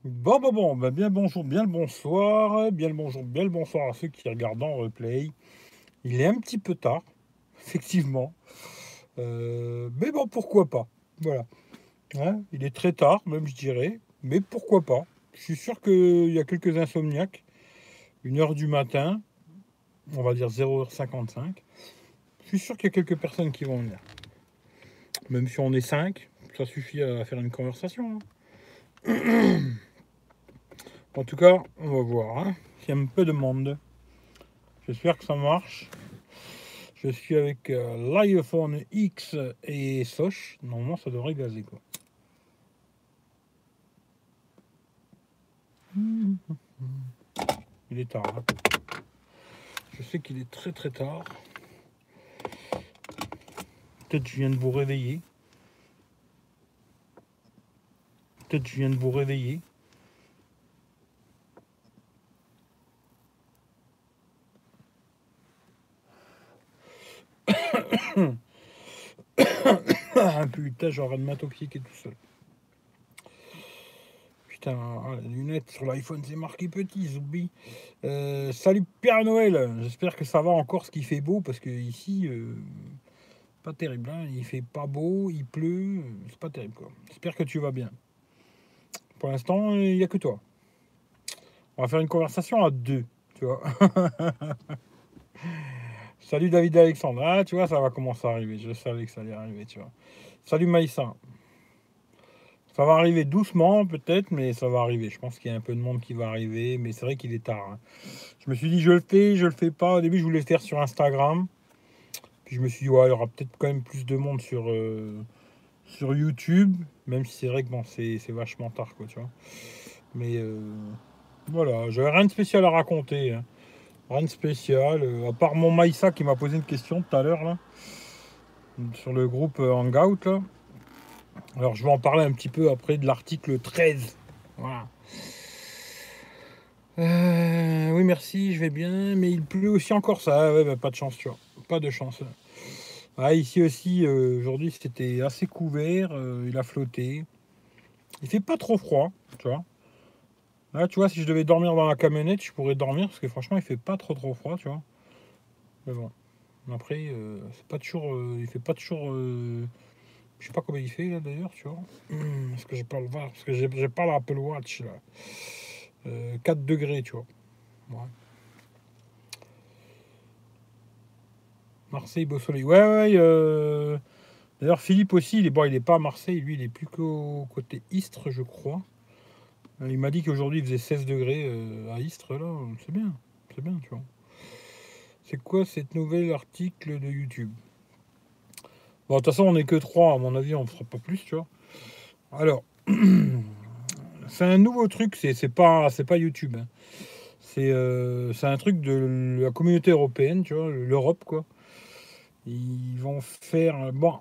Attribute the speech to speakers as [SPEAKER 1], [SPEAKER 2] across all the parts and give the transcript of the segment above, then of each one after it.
[SPEAKER 1] Bon, bah, bien le bonjour, bien le bonsoir, bien le bonjour, bien le bonsoir à ceux qui regardent en replay. Il est un petit peu tard, effectivement. Mais bon, pourquoi pas? Voilà. Hein, il est très tard, même je dirais. Mais pourquoi pas? Je suis sûr qu'il y a quelques insomniaques. 1 heure du matin, on va dire 0h55. Je suis sûr qu'il y a quelques personnes qui vont venir. Même si on est 5, ça suffit à faire une conversation, hein. En tout cas, on va voir, hein. Il y a un peu de monde. J'espère que ça marche. Je suis avec l'iPhone X et Soch. Normalement, ça devrait gazer, quoi. Il est tard, hein. Je sais qu'il est très très tard. Peut-être je viens de vous réveiller. Peut-être je viens de vous réveiller. Putain, j'aurais de m'intoxiquer tout seul. Putain, les lunettes sur l'iPhone, c'est marqué petit, Zoubi. Salut Père Noël. J'espère que ça va encore ce qui fait beau, parce que ici, pas terrible, hein. Il fait pas beau, il pleut, c'est pas terrible, quoi. J'espère que tu vas bien. Pour l'instant, il n'y a que toi. On va faire une conversation à deux, tu vois. Salut David Alexandre. Ah, tu vois, ça va commencer à arriver. Je savais que ça allait arriver, tu vois. Salut Maïssa. Ça va arriver doucement, peut-être, mais ça va arriver. Je pense qu'il y a un peu de monde qui va arriver, mais c'est vrai qu'il est tard, hein. Je me suis dit, je le fais pas. Au début, je voulais le faire sur Instagram. Puis je me suis dit, ouais, il y aura peut-être quand même plus de monde sur YouTube. Même si c'est vrai que bon, c'est vachement tard, quoi, tu vois. Mais voilà, j'avais rien de spécial à raconter, hein. Rien de spécial, à part mon Maïssa qui m'a posé une question tout à l'heure, là, sur le groupe Hangout, là. Alors, je vais en parler un petit peu après de l'article 13. Voilà. Oui, merci, je vais bien, mais il pleut aussi encore ça. Ah ouais, bah, pas de chance, tu vois. Pas de chance. Ah, ici aussi, aujourd'hui, c'était assez couvert, il a flotté. Il fait pas trop froid, tu vois. Là, tu vois, si je devais dormir dans la camionnette, je pourrais dormir, parce que franchement, il fait pas trop froid, tu vois. Mais bon. Après, c'est pas toujours, il fait pas toujours. Je sais pas comment il fait là d'ailleurs, tu vois. Parce que j'ai pas le voir, parce que j'ai pas l'Apple Watch là. 4 degrés, tu vois. Ouais. Marseille, beau soleil. Ouais, ouais. D'ailleurs, Philippe aussi, il est bon, il est pas à Marseille, lui, il est plus qu'au côté Istres, je crois. Il m'a dit qu'aujourd'hui il faisait 16 degrés à Istres, là. C'est bien, tu vois. C'est quoi cette nouvelle article de YouTube? Bon, de toute façon, on est que 3, à mon avis, on ne fera pas plus, tu vois. Alors, c'est un nouveau truc, c'est pas YouTube, hein. C'est un truc de la communauté européenne, tu vois, l'Europe, quoi. Ils vont faire. Bon,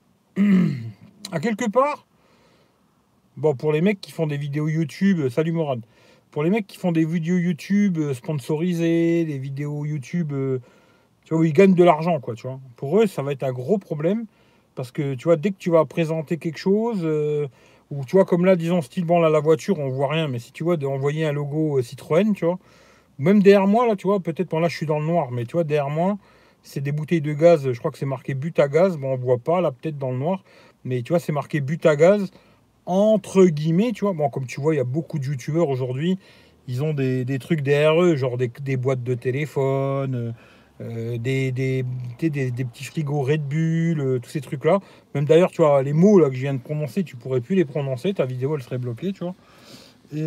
[SPEAKER 1] à quelque part, bon, pour les mecs qui font des vidéos YouTube, salut Morad. Pour les mecs qui font des vidéos YouTube sponsorisées, des vidéos YouTube, tu vois, où ils gagnent de l'argent, quoi, tu vois. Pour eux, ça va être un gros problème. Parce que, tu vois, dès que tu vas présenter quelque chose, ou tu vois, comme là, disons, style, bon, là, la voiture, on voit rien, mais si tu vois, d'envoyer un logo Citroën, tu vois, même derrière moi, là, tu vois, peut-être, bon, là, je suis dans le noir, mais tu vois, derrière moi, c'est des bouteilles de gaz, je crois que c'est marqué but à gaz. Bon, on voit pas, là, peut-être dans le noir, mais tu vois, c'est marqué but à gaz, entre guillemets, tu vois. Bon, comme tu vois, il y a beaucoup de youtubeurs aujourd'hui, ils ont des trucs derrière eux, genre des boîtes de téléphone, des petits frigos Red Bull, tous ces trucs-là. Même d'ailleurs, tu vois, les mots là que je viens de prononcer, tu pourrais plus les prononcer, ta vidéo, elle serait bloquée, tu vois. Et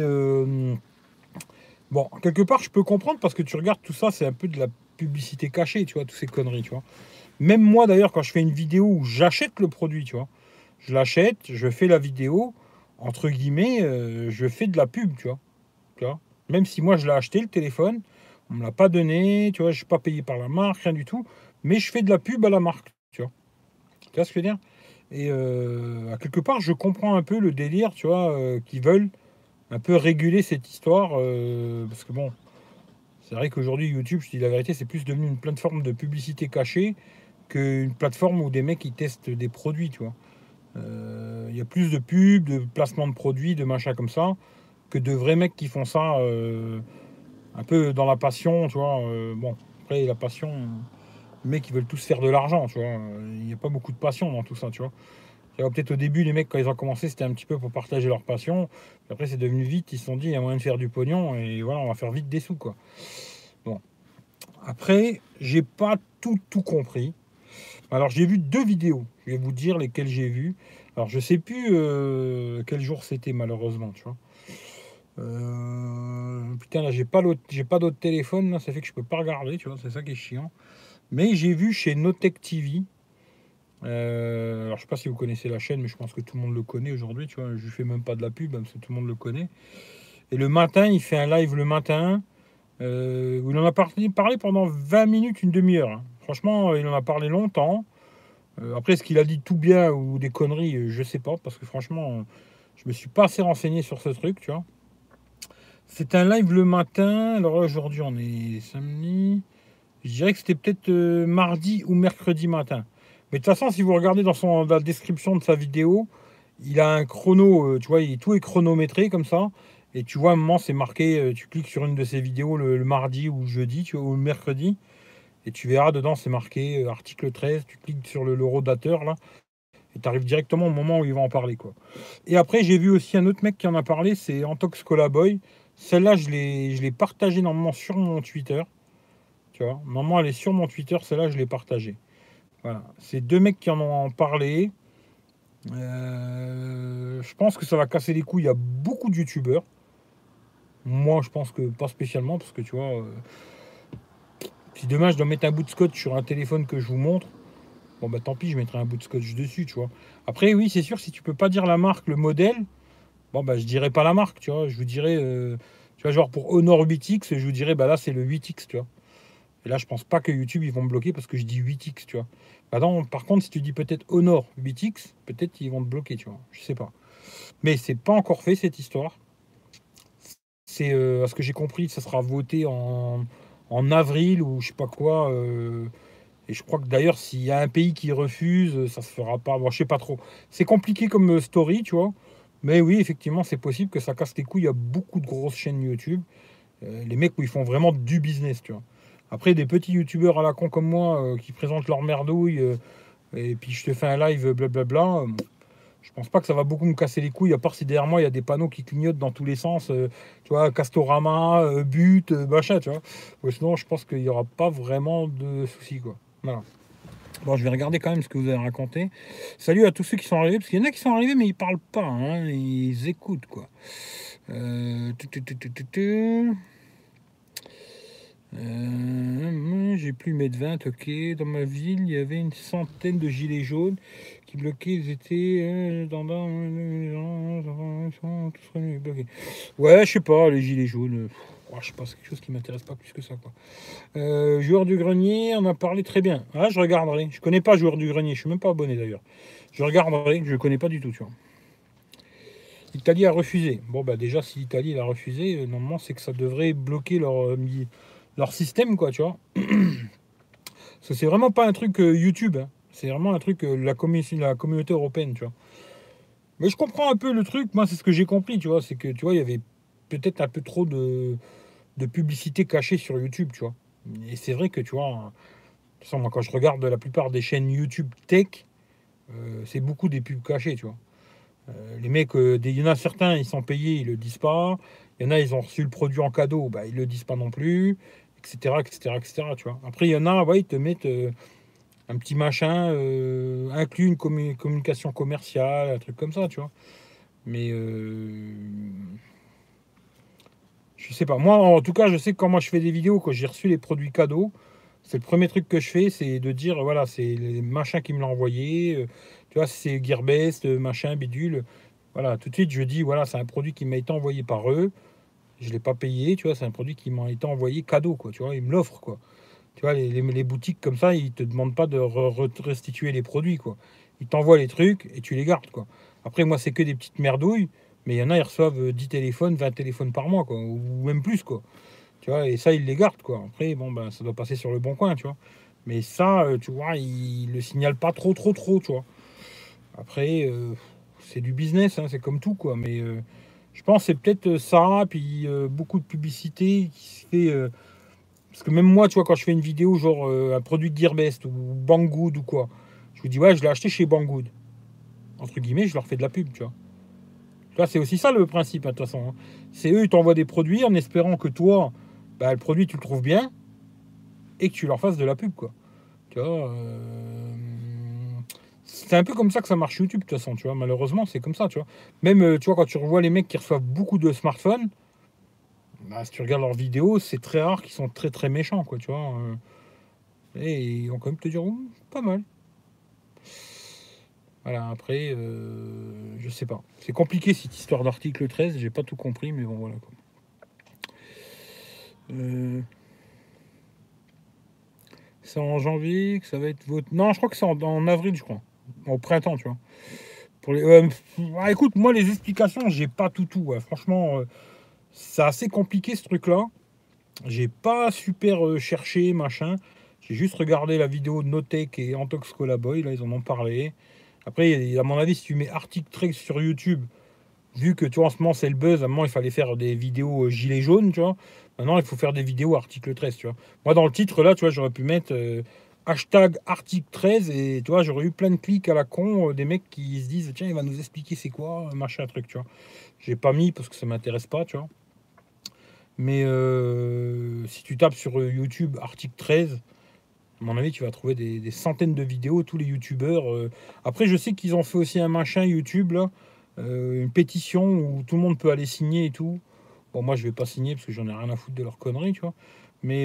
[SPEAKER 1] bon, quelque part, je peux comprendre parce que tu regardes tout ça, c'est un peu de la publicité cachée, tu vois, toutes ces conneries, tu vois. Même moi, d'ailleurs, quand je fais une vidéo où j'achète le produit, tu vois, je l'achète, je fais la vidéo, entre guillemets, je fais de la pub, tu vois. Même si moi, je l'ai acheté, le téléphone, on me l'a pas donné, tu vois, je suis pas payé par la marque, rien du tout, mais je fais de la pub à la marque, tu vois. Tu vois ce que je veux dire? Et à quelque part, je comprends un peu le délire, tu vois, qu'ils veulent un peu réguler cette histoire, parce que bon, c'est vrai qu'aujourd'hui, YouTube, je dis la vérité, c'est plus devenu une plateforme de publicité cachée qu'une plateforme où des mecs ils testent des produits, tu vois. Il y a plus de pubs, de placements de produits, de machins comme ça. que de vrais mecs qui font ça un peu dans la passion, tu vois. Bon, après, la passion, les mecs, ils veulent tous faire de l'argent, tu vois. Il n'y a pas beaucoup de passion dans tout ça, tu vois. Peut-être au début, les mecs, quand ils ont commencé, c'était un petit peu pour partager leur passion. Puis après, c'est devenu vite, ils se sont dit, il y a moyen de faire du pognon, et voilà, on va faire vite des sous, quoi. Bon. Après, j'ai pas tout compris. Alors, j'ai vu 2 vidéos. Je vais vous dire lesquelles j'ai vues. Alors, je sais plus quel jour c'était, malheureusement, tu vois. Putain, là, j'ai pas d'autre téléphone, là, ça fait que je peux pas regarder, tu vois, c'est ça qui est chiant. Mais j'ai vu chez Notech TV. Alors, je sais pas si vous connaissez la chaîne, mais je pense que tout le monde le connaît aujourd'hui, tu vois. Je lui fais même pas de la pub, parce que tout le monde le connaît. Et le matin, il fait un live le matin, où il en a parlé pendant 20 minutes, une demi-heure, hein. Franchement, il en a parlé longtemps. Après, est-ce qu'il a dit tout bien ou des conneries, je sais pas, parce que franchement, je me suis pas assez renseigné sur ce truc, tu vois. C'est un live le matin. Alors là, aujourd'hui, on est samedi. Je dirais que c'était peut-être mardi ou mercredi matin. Mais de toute façon, si vous regardez dans la description de sa vidéo, il a un chrono, tu vois, tout est chronométré comme ça. Et tu vois, à un moment, c'est marqué, tu cliques sur une de ses vidéos le mardi ou le jeudi, tu vois, ou le mercredi. Et tu verras, dedans, c'est marqué article 13. Tu cliques sur le rotateur, là. Et tu arrives directement au moment où il va en parler, quoi. Et après, j'ai vu aussi un autre mec qui en a parlé, c'est Antox Colaboy. Celle-là, je l'ai partagée normalement sur mon Twitter. Tu vois, normalement, elle est sur mon Twitter. Celle-là, je l'ai partagée. Voilà. C'est 2 mecs qui en ont parlé. Je pense que ça va casser les couilles à beaucoup de youtubeurs. Moi, je pense que pas spécialement, parce que tu vois, si demain je dois mettre un bout de scotch sur un téléphone que je vous montre, bon bah tant pis, je mettrai un bout de scotch dessus, tu vois. Après, oui, c'est sûr, si tu peux pas dire la marque, le modèle, bon bah je dirais pas la marque, tu vois. Je vous dirais, tu vois, genre pour Honor 8X, je vous dirais, bah là c'est le 8X, tu vois. Et là, je pense pas que YouTube ils vont me bloquer parce que je dis 8X, tu vois. Bah non, par contre, si tu dis peut-être Honor 8X, peut-être ils vont te bloquer, tu vois. Je sais pas. Mais c'est pas encore fait cette histoire. C'est à ce que j'ai compris, ça sera voté en avril ou je sais pas quoi. Et je crois que d'ailleurs, s'il y a un pays qui refuse, ça se fera pas. Bon, je sais pas trop. C'est compliqué comme story, tu vois. Mais oui, effectivement, c'est possible que ça casse les couilles. Il y a beaucoup de grosses chaînes YouTube. Les mecs où ils font vraiment du business, tu vois. Après, des petits youtubeurs à la con comme moi qui présentent leur merdouille et puis je te fais un live blablabla. Je pense pas que ça va beaucoup me casser les couilles, à part si derrière moi il y a des panneaux qui clignotent dans tous les sens, tu vois, Castorama, but, machin, tu vois. Ouais, sinon, je pense qu'il n'y aura pas vraiment de soucis, quoi. Voilà. Bon, je vais regarder quand même ce que vous avez raconté. Salut à tous ceux qui sont arrivés, parce qu'il y en a qui sont arrivés, mais ils parlent pas, hein, ils écoutent, quoi. Tu, tu, tu, tu, tu, tu. J'ai plus mes 20, ok. Dans ma ville, il y avait une centaine de gilets jaunes qui bloquaient. Ils étaient tous bloqués. Ouais, je sais pas, les gilets jaunes. Je sais pas, c'est quelque chose qui m'intéresse pas plus que ça, quoi. Joueur du grenier, on a parlé très bien. Ah, je regarderai. Je connais pas joueur du grenier, je suis même pas abonné d'ailleurs. Je regarderai, je connais pas du tout, tu vois. L'Italie a refusé. Bon, bah déjà, si l'Italie a refusé, normalement, c'est que ça devrait bloquer leur système, quoi, tu vois. Parce que c'est vraiment pas un truc YouTube, hein. C'est vraiment un truc la communauté européenne, tu vois. Mais je comprends un peu le truc. Moi, c'est ce que j'ai compris, tu vois. C'est que, tu vois, il y avait peut-être un peu trop de publicité cachée sur YouTube, tu vois. Et c'est vrai que, tu vois, de toute façon, moi, quand je regarde la plupart des chaînes YouTube tech, c'est beaucoup des pubs cachées, tu vois. Les mecs, il y en a certains, ils sont payés, ils le disent pas. Il y en a, ils ont reçu le produit en cadeau, bah, ils le disent pas non plus, etc., etc., etc., tu vois. Après, il y en a, ouais, ils te mettent un petit machin, inclut une communication commerciale, un truc comme ça, tu vois. Mais je sais pas. Moi, en tout cas, je sais que quand moi je fais des vidéos, quand j'ai reçu les produits cadeaux, c'est le premier truc que je fais, c'est de dire, voilà, c'est les machins qui me l'ont envoyé. Tu vois, c'est Gearbest, machin, bidule. Voilà, tout de suite, je dis, voilà, c'est un produit qui m'a été envoyé par eux. Je ne l'ai pas payé, tu vois, c'est un produit qui m'a été envoyé cadeau, quoi. Tu vois, ils me l'offrent, quoi. Tu vois, les boutiques comme ça, ils te demandent pas de restituer les produits, quoi. Ils t'envoient les trucs et tu les gardes, quoi. Après, moi, c'est que des petites merdouilles, mais il y en a, ils reçoivent 10 téléphones, 20 téléphones par mois, quoi, ou même plus, quoi. Tu vois, et ça, ils les gardent, quoi. Après, bon, ben, ça doit passer sur le bon coin, tu vois. Mais ça, tu vois, ils le signalent pas trop, tu vois. Après, c'est du business, hein, c'est comme tout, quoi. Mais Je pense que c'est peut-être ça, puis beaucoup de publicité qui se fait. Parce que même moi, tu vois, quand je fais une vidéo, genre un produit de Gearbest ou Banggood ou quoi, je vous dis, ouais, je l'ai acheté chez Banggood. Entre guillemets, je leur fais de la pub, tu vois. Tu vois, c'est aussi ça le principe, hein, de toute façon. Hein. C'est eux, ils t'envoient des produits en espérant que toi, bah, le produit, tu le trouves bien et que tu leur fasses de la pub, quoi. Tu vois, c'est un peu comme ça que ça marche YouTube, de toute façon, tu vois. Malheureusement, c'est comme ça, tu vois. Même, tu vois, quand tu revois les mecs qui reçoivent beaucoup de smartphones, bah, si tu regardes leurs vidéos, c'est très rare qu'ils sont très très méchants, quoi, tu vois. Et ils vont quand même te dire, oh, pas mal. Voilà, après, je sais pas. C'est compliqué cette histoire d'article 13, j'ai pas tout compris, mais bon, voilà, quoi. Euh, c'est en janvier que ça va être voté. Non, je crois que c'est en avril, je crois. Au printemps, tu vois. Pour les, écoute, moi, les explications, j'ai pas tout. Ouais. Franchement, c'est assez compliqué ce truc-là. J'ai pas super cherché, machin. J'ai juste regardé la vidéo de Notech et Antox Colaboy, là, ils en ont parlé. Après, à mon avis, si tu mets article 13 sur YouTube, vu que tu vois, en ce moment, c'est le buzz, à un moment, il fallait faire des vidéos gilets jaunes, tu vois. Maintenant, il faut faire des vidéos article 13, tu vois. Moi, dans le titre, là, tu vois, j'aurais pu mettre hashtag article 13 et tu vois, j'aurais eu plein de clics à la con, des mecs qui se disent, tiens, il va nous expliquer c'est quoi, machin, truc, tu vois. J'ai pas mis parce que ça m'intéresse pas, tu vois. Mais si tu tapes sur YouTube article 13, à mon avis, tu vas trouver des centaines de vidéos, tous les youtubeurs. Après, je sais qu'ils ont fait aussi un machin YouTube, là, une pétition où tout le monde peut aller signer et tout. Bon, moi, je vais pas signer parce que j'en ai rien à foutre de leur conneries, tu vois. Mais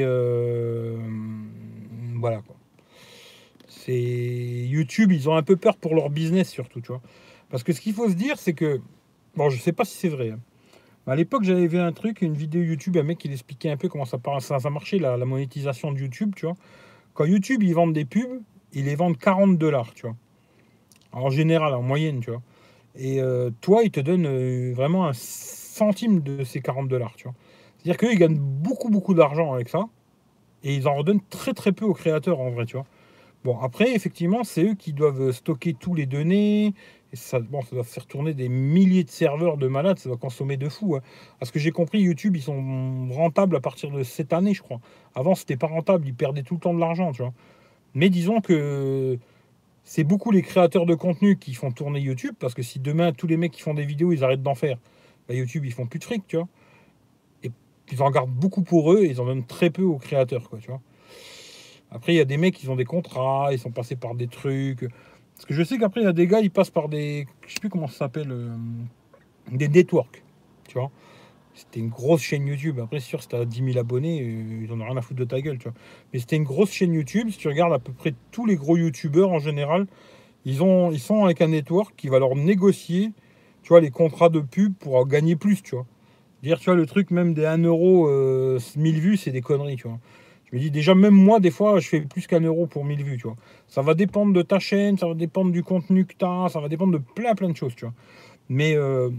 [SPEAKER 1] voilà, quoi. C'est YouTube, ils ont un peu peur pour leur business, surtout, tu vois. Parce que ce qu'il faut se dire, c'est que, bon, je sais pas si c'est vrai, hein. À l'époque, j'avais vu un truc, une vidéo YouTube, un mec qui expliquait un peu comment ça marchait, la monétisation de YouTube, tu vois. Quand YouTube, ils vendent des pubs, ils les vendent 40 $, tu vois. En général, en moyenne, tu vois. Et toi, ils te donnent vraiment un centime de ces 40 $, tu vois. C'est-à-dire qu'eux, ils gagnent beaucoup, beaucoup d'argent avec ça. Et ils en redonnent très, très peu aux créateurs, en vrai, tu vois. Bon, après, effectivement, c'est eux qui doivent stocker tous les données. Et ça, bon, ça doit faire tourner des milliers de serveurs de malades. Ça doit consommer de fou. Hein. Parce que j'ai compris, YouTube, ils sont rentables à partir de cette année, je crois. Avant, c'était pas rentable. Ils perdaient tout le temps de l'argent, tu vois. Mais disons que c'est beaucoup les créateurs de contenu qui font tourner YouTube, parce que si demain tous les mecs qui font des vidéos, ils arrêtent d'en faire, bah YouTube, ils font plus de fric, tu vois. Et ils en gardent beaucoup pour eux et ils en donnent très peu aux créateurs, quoi, tu vois. Après, il y a des mecs qui ont des contrats, ils sont passés par des trucs. Parce que je sais qu'après, il y a des gars, ils passent par des. Je sais plus comment ça s'appelle. Des networks, tu vois. C'était une grosse chaîne YouTube. Après, c'est sûr, si t'as 10 000 abonnés, ils en ont rien à foutre de ta gueule, tu vois. Mais c'était une grosse chaîne YouTube. Si tu regardes à peu près tous les gros YouTubeurs en général, ils sont avec un network qui va leur négocier, tu vois, les contrats de pub pour gagner plus, tu vois. Dire, tu vois, le truc même des 1 euro, 1000 vues, c'est des conneries, tu vois. Je me dis, déjà, même moi, des fois, je fais plus qu'1 euro pour 1000 vues, tu vois. Ça va dépendre de ta chaîne, ça va dépendre du contenu que tu as, ça va dépendre de plein de choses, tu vois. Mais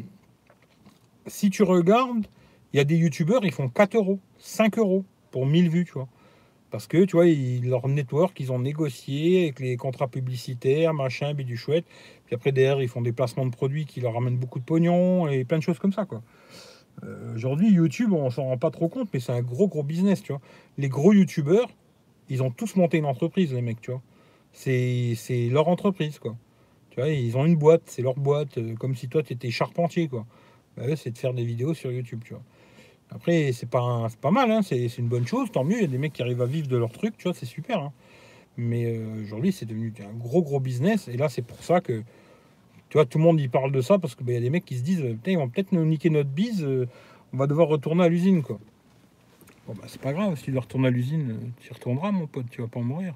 [SPEAKER 1] si tu regardes, il y a des youtubeurs, ils font 4 euros, 5 euros pour 1000 vues, tu vois. Parce que, tu vois, leur network, ils ont négocié avec les contrats publicitaires, machin, du chouette. Puis après, derrière, ils font des placements de produits qui leur ramènent beaucoup de pognon et plein de choses comme ça, quoi. Aujourd'hui, YouTube, on s'en rend pas trop compte, mais c'est un gros business, tu vois. Les gros youtubeurs, ils ont tous monté une entreprise, les mecs, tu vois. C'est leur entreprise, quoi. Tu vois, ils ont une boîte, c'est leur boîte, comme si toi, tu étais charpentier, quoi. Bah, eux, c'est de faire des vidéos sur YouTube, tu vois. Après, c'est pas mal, hein, c'est une bonne chose, tant mieux. Il y a des mecs qui arrivent à vivre de leur truc, tu vois, c'est super. Hein. Mais aujourd'hui, c'est devenu un gros business. Et là, c'est pour ça que, tu vois, tout le monde y parle de ça parce qu'il y a des mecs qui se disent, putain, ils vont peut-être nous niquer notre bise, on va devoir retourner à l'usine, quoi. Bon, bah, c'est pas grave, si tu dois retourner à l'usine, tu y retourneras, mon pote, tu vas pas en mourir.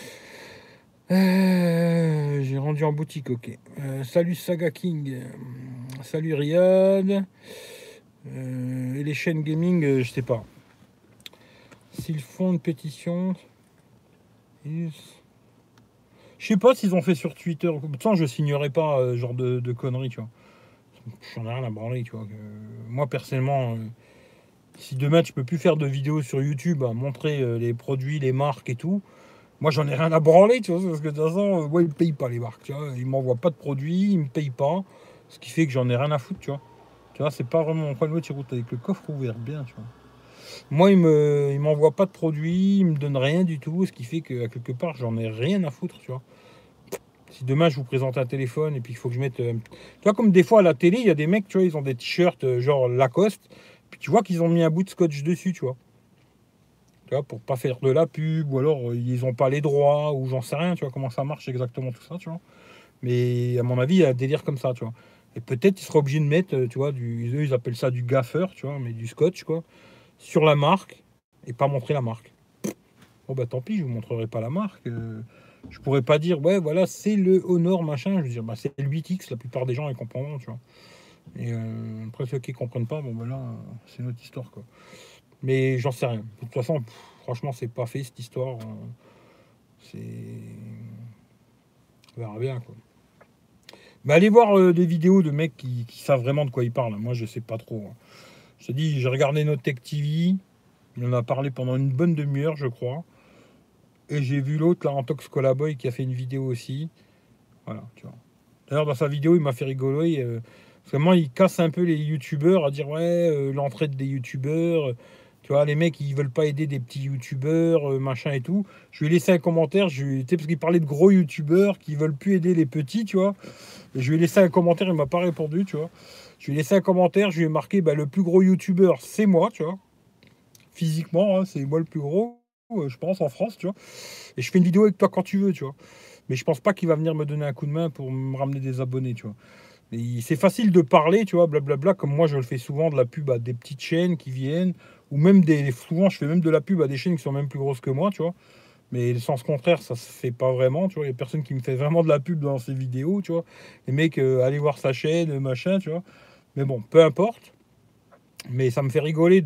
[SPEAKER 1] J'ai rendu en boutique, ok. Salut Saga King, salut Riyad. Et les chaînes gaming, je sais pas. S'ils font une pétition, je sais pas s'ils ont fait sur Twitter. De toute façon, je signerai pas genre de conneries, tu vois. J'en ai rien à branler, tu vois. Moi, personnellement, si demain tu peux plus faire de vidéos sur YouTube à montrer les produits, les marques et tout, moi j'en ai rien à branler, tu vois. Parce que de toute façon, moi, ils me payent pas les marques, tu vois. Ils m'envoient pas de produits, ils me payent pas. Ce qui fait que j'en ai rien à foutre, tu vois. Tu vois, c'est pas vraiment mon point. L'autre, il route avec le coffre ouvert bien, tu vois. Moi, il m'envoie pas de produits, il me donne rien du tout, ce qui fait qu'à quelque part, j'en ai rien à foutre, tu vois. Si demain je vous présente un téléphone et puis il faut que je mette. Tu vois, comme des fois à la télé, il y a des mecs, tu vois, ils ont des t-shirts genre Lacoste, puis tu vois qu'ils ont mis un bout de scotch dessus, tu vois. Tu vois, pour pas faire de la pub, ou alors ils ont pas les droits, ou j'en sais rien, tu vois, comment ça marche exactement tout ça, tu vois. Mais à mon avis, il y a un délire comme ça, tu vois. Et peut-être ils seraient obligés de mettre, tu vois, eux ils appellent ça du gaffeur, tu vois, mais du scotch, quoi, sur la marque, et pas montrer la marque. Bon bah tant pis, je vous montrerai pas la marque. Je pourrais pas dire ouais voilà c'est le Honor machin. Je veux dire bah c'est le 8X, la plupart des gens ils comprendront, tu vois. Et après ceux qui comprennent pas, bon bah là c'est notre histoire quoi. Mais j'en sais rien. De toute façon, franchement c'est pas fait cette histoire. C'est on verra bien quoi. Mais allez voir des vidéos de mecs qui savent vraiment de quoi ils parlent. Moi je sais pas trop, hein. Je te dis, j'ai regardé notre Tech TV. Il en a parlé pendant une bonne demi-heure, je crois. Et j'ai vu l'autre là en Tox Colaboy qui a fait une vidéo aussi. Voilà, tu vois. D'ailleurs, dans sa vidéo, il m'a fait rigoler. Parce que moi, il casse un peu les youtubeurs à dire ouais, l'entraide des youtubeurs. Tu vois, les mecs, ils veulent pas aider des petits youtubeurs, machin et tout. Je lui ai laissé un commentaire, tu sais, parce qu'il parlait de gros youtubeurs qui veulent plus aider les petits, tu vois. Et je lui ai laissé un commentaire, il m'a pas répondu, tu vois. Je lui ai laissé un commentaire, je lui ai marqué bah, le plus gros youtubeur, c'est moi, tu vois. Physiquement, hein, c'est moi le plus gros, je pense, en France, tu vois. Et je fais une vidéo avec toi quand tu veux, tu vois. Mais je pense pas qu'il va venir me donner un coup de main pour me ramener des abonnés, tu vois. C'est facile de parler, tu vois, blablabla, comme moi je le fais souvent de la pub à des petites chaînes qui viennent, ou même souvent je fais même de la pub à des chaînes qui sont même plus grosses que moi, tu vois. Mais le sens contraire, ça se fait pas vraiment, tu vois. Il y a personne qui me fait vraiment de la pub dans ces vidéos, tu vois. Les mecs, allez voir sa chaîne, machin, tu vois. Mais bon, peu importe. Mais ça me fait rigoler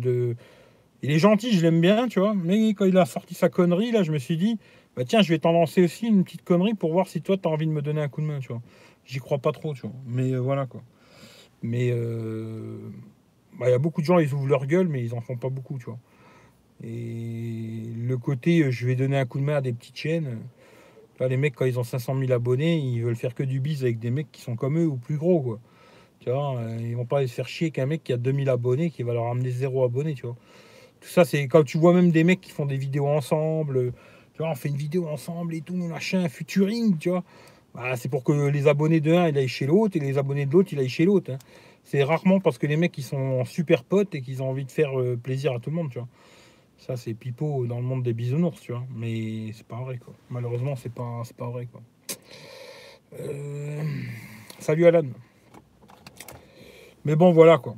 [SPEAKER 1] Il est gentil, je l'aime bien, tu vois. Mais quand il a sorti sa connerie, là, je me suis dit, bah tiens, je vais t'en lancer aussi une petite connerie pour voir si toi, t'as envie de me donner un coup de main, tu vois. J'y crois pas trop, tu vois. Mais voilà, quoi. Mais bah, il y a beaucoup de gens, ils ouvrent leur gueule, mais ils en font pas beaucoup, tu vois. Et le côté, je vais donner un coup de main à des petites chaînes. Là, les mecs, quand ils ont 500 000 abonnés, ils veulent faire que du bise avec des mecs qui sont comme eux ou plus gros, quoi. Tu vois, ils vont pas aller se faire chier qu'un mec qui a 2000 abonnés qui va leur amener 0 abonnés, tu vois. Tout ça, c'est quand tu vois même des mecs qui font des vidéos ensemble. Tu vois, on fait une vidéo ensemble et tout, machin, featuring, tu vois. Bah, c'est pour que les abonnés de un, ils aillent chez l'autre et les abonnés de l'autre, ils aillent chez l'autre, hein. C'est rarement parce que les mecs, ils sont super potes et qu'ils ont envie de faire plaisir à tout le monde, tu vois. Ça, c'est pipeau dans le monde des bisounours, tu vois. Mais c'est pas vrai, quoi. Malheureusement, c'est pas vrai, quoi. Euh, Salut Alan. Mais bon, voilà, quoi.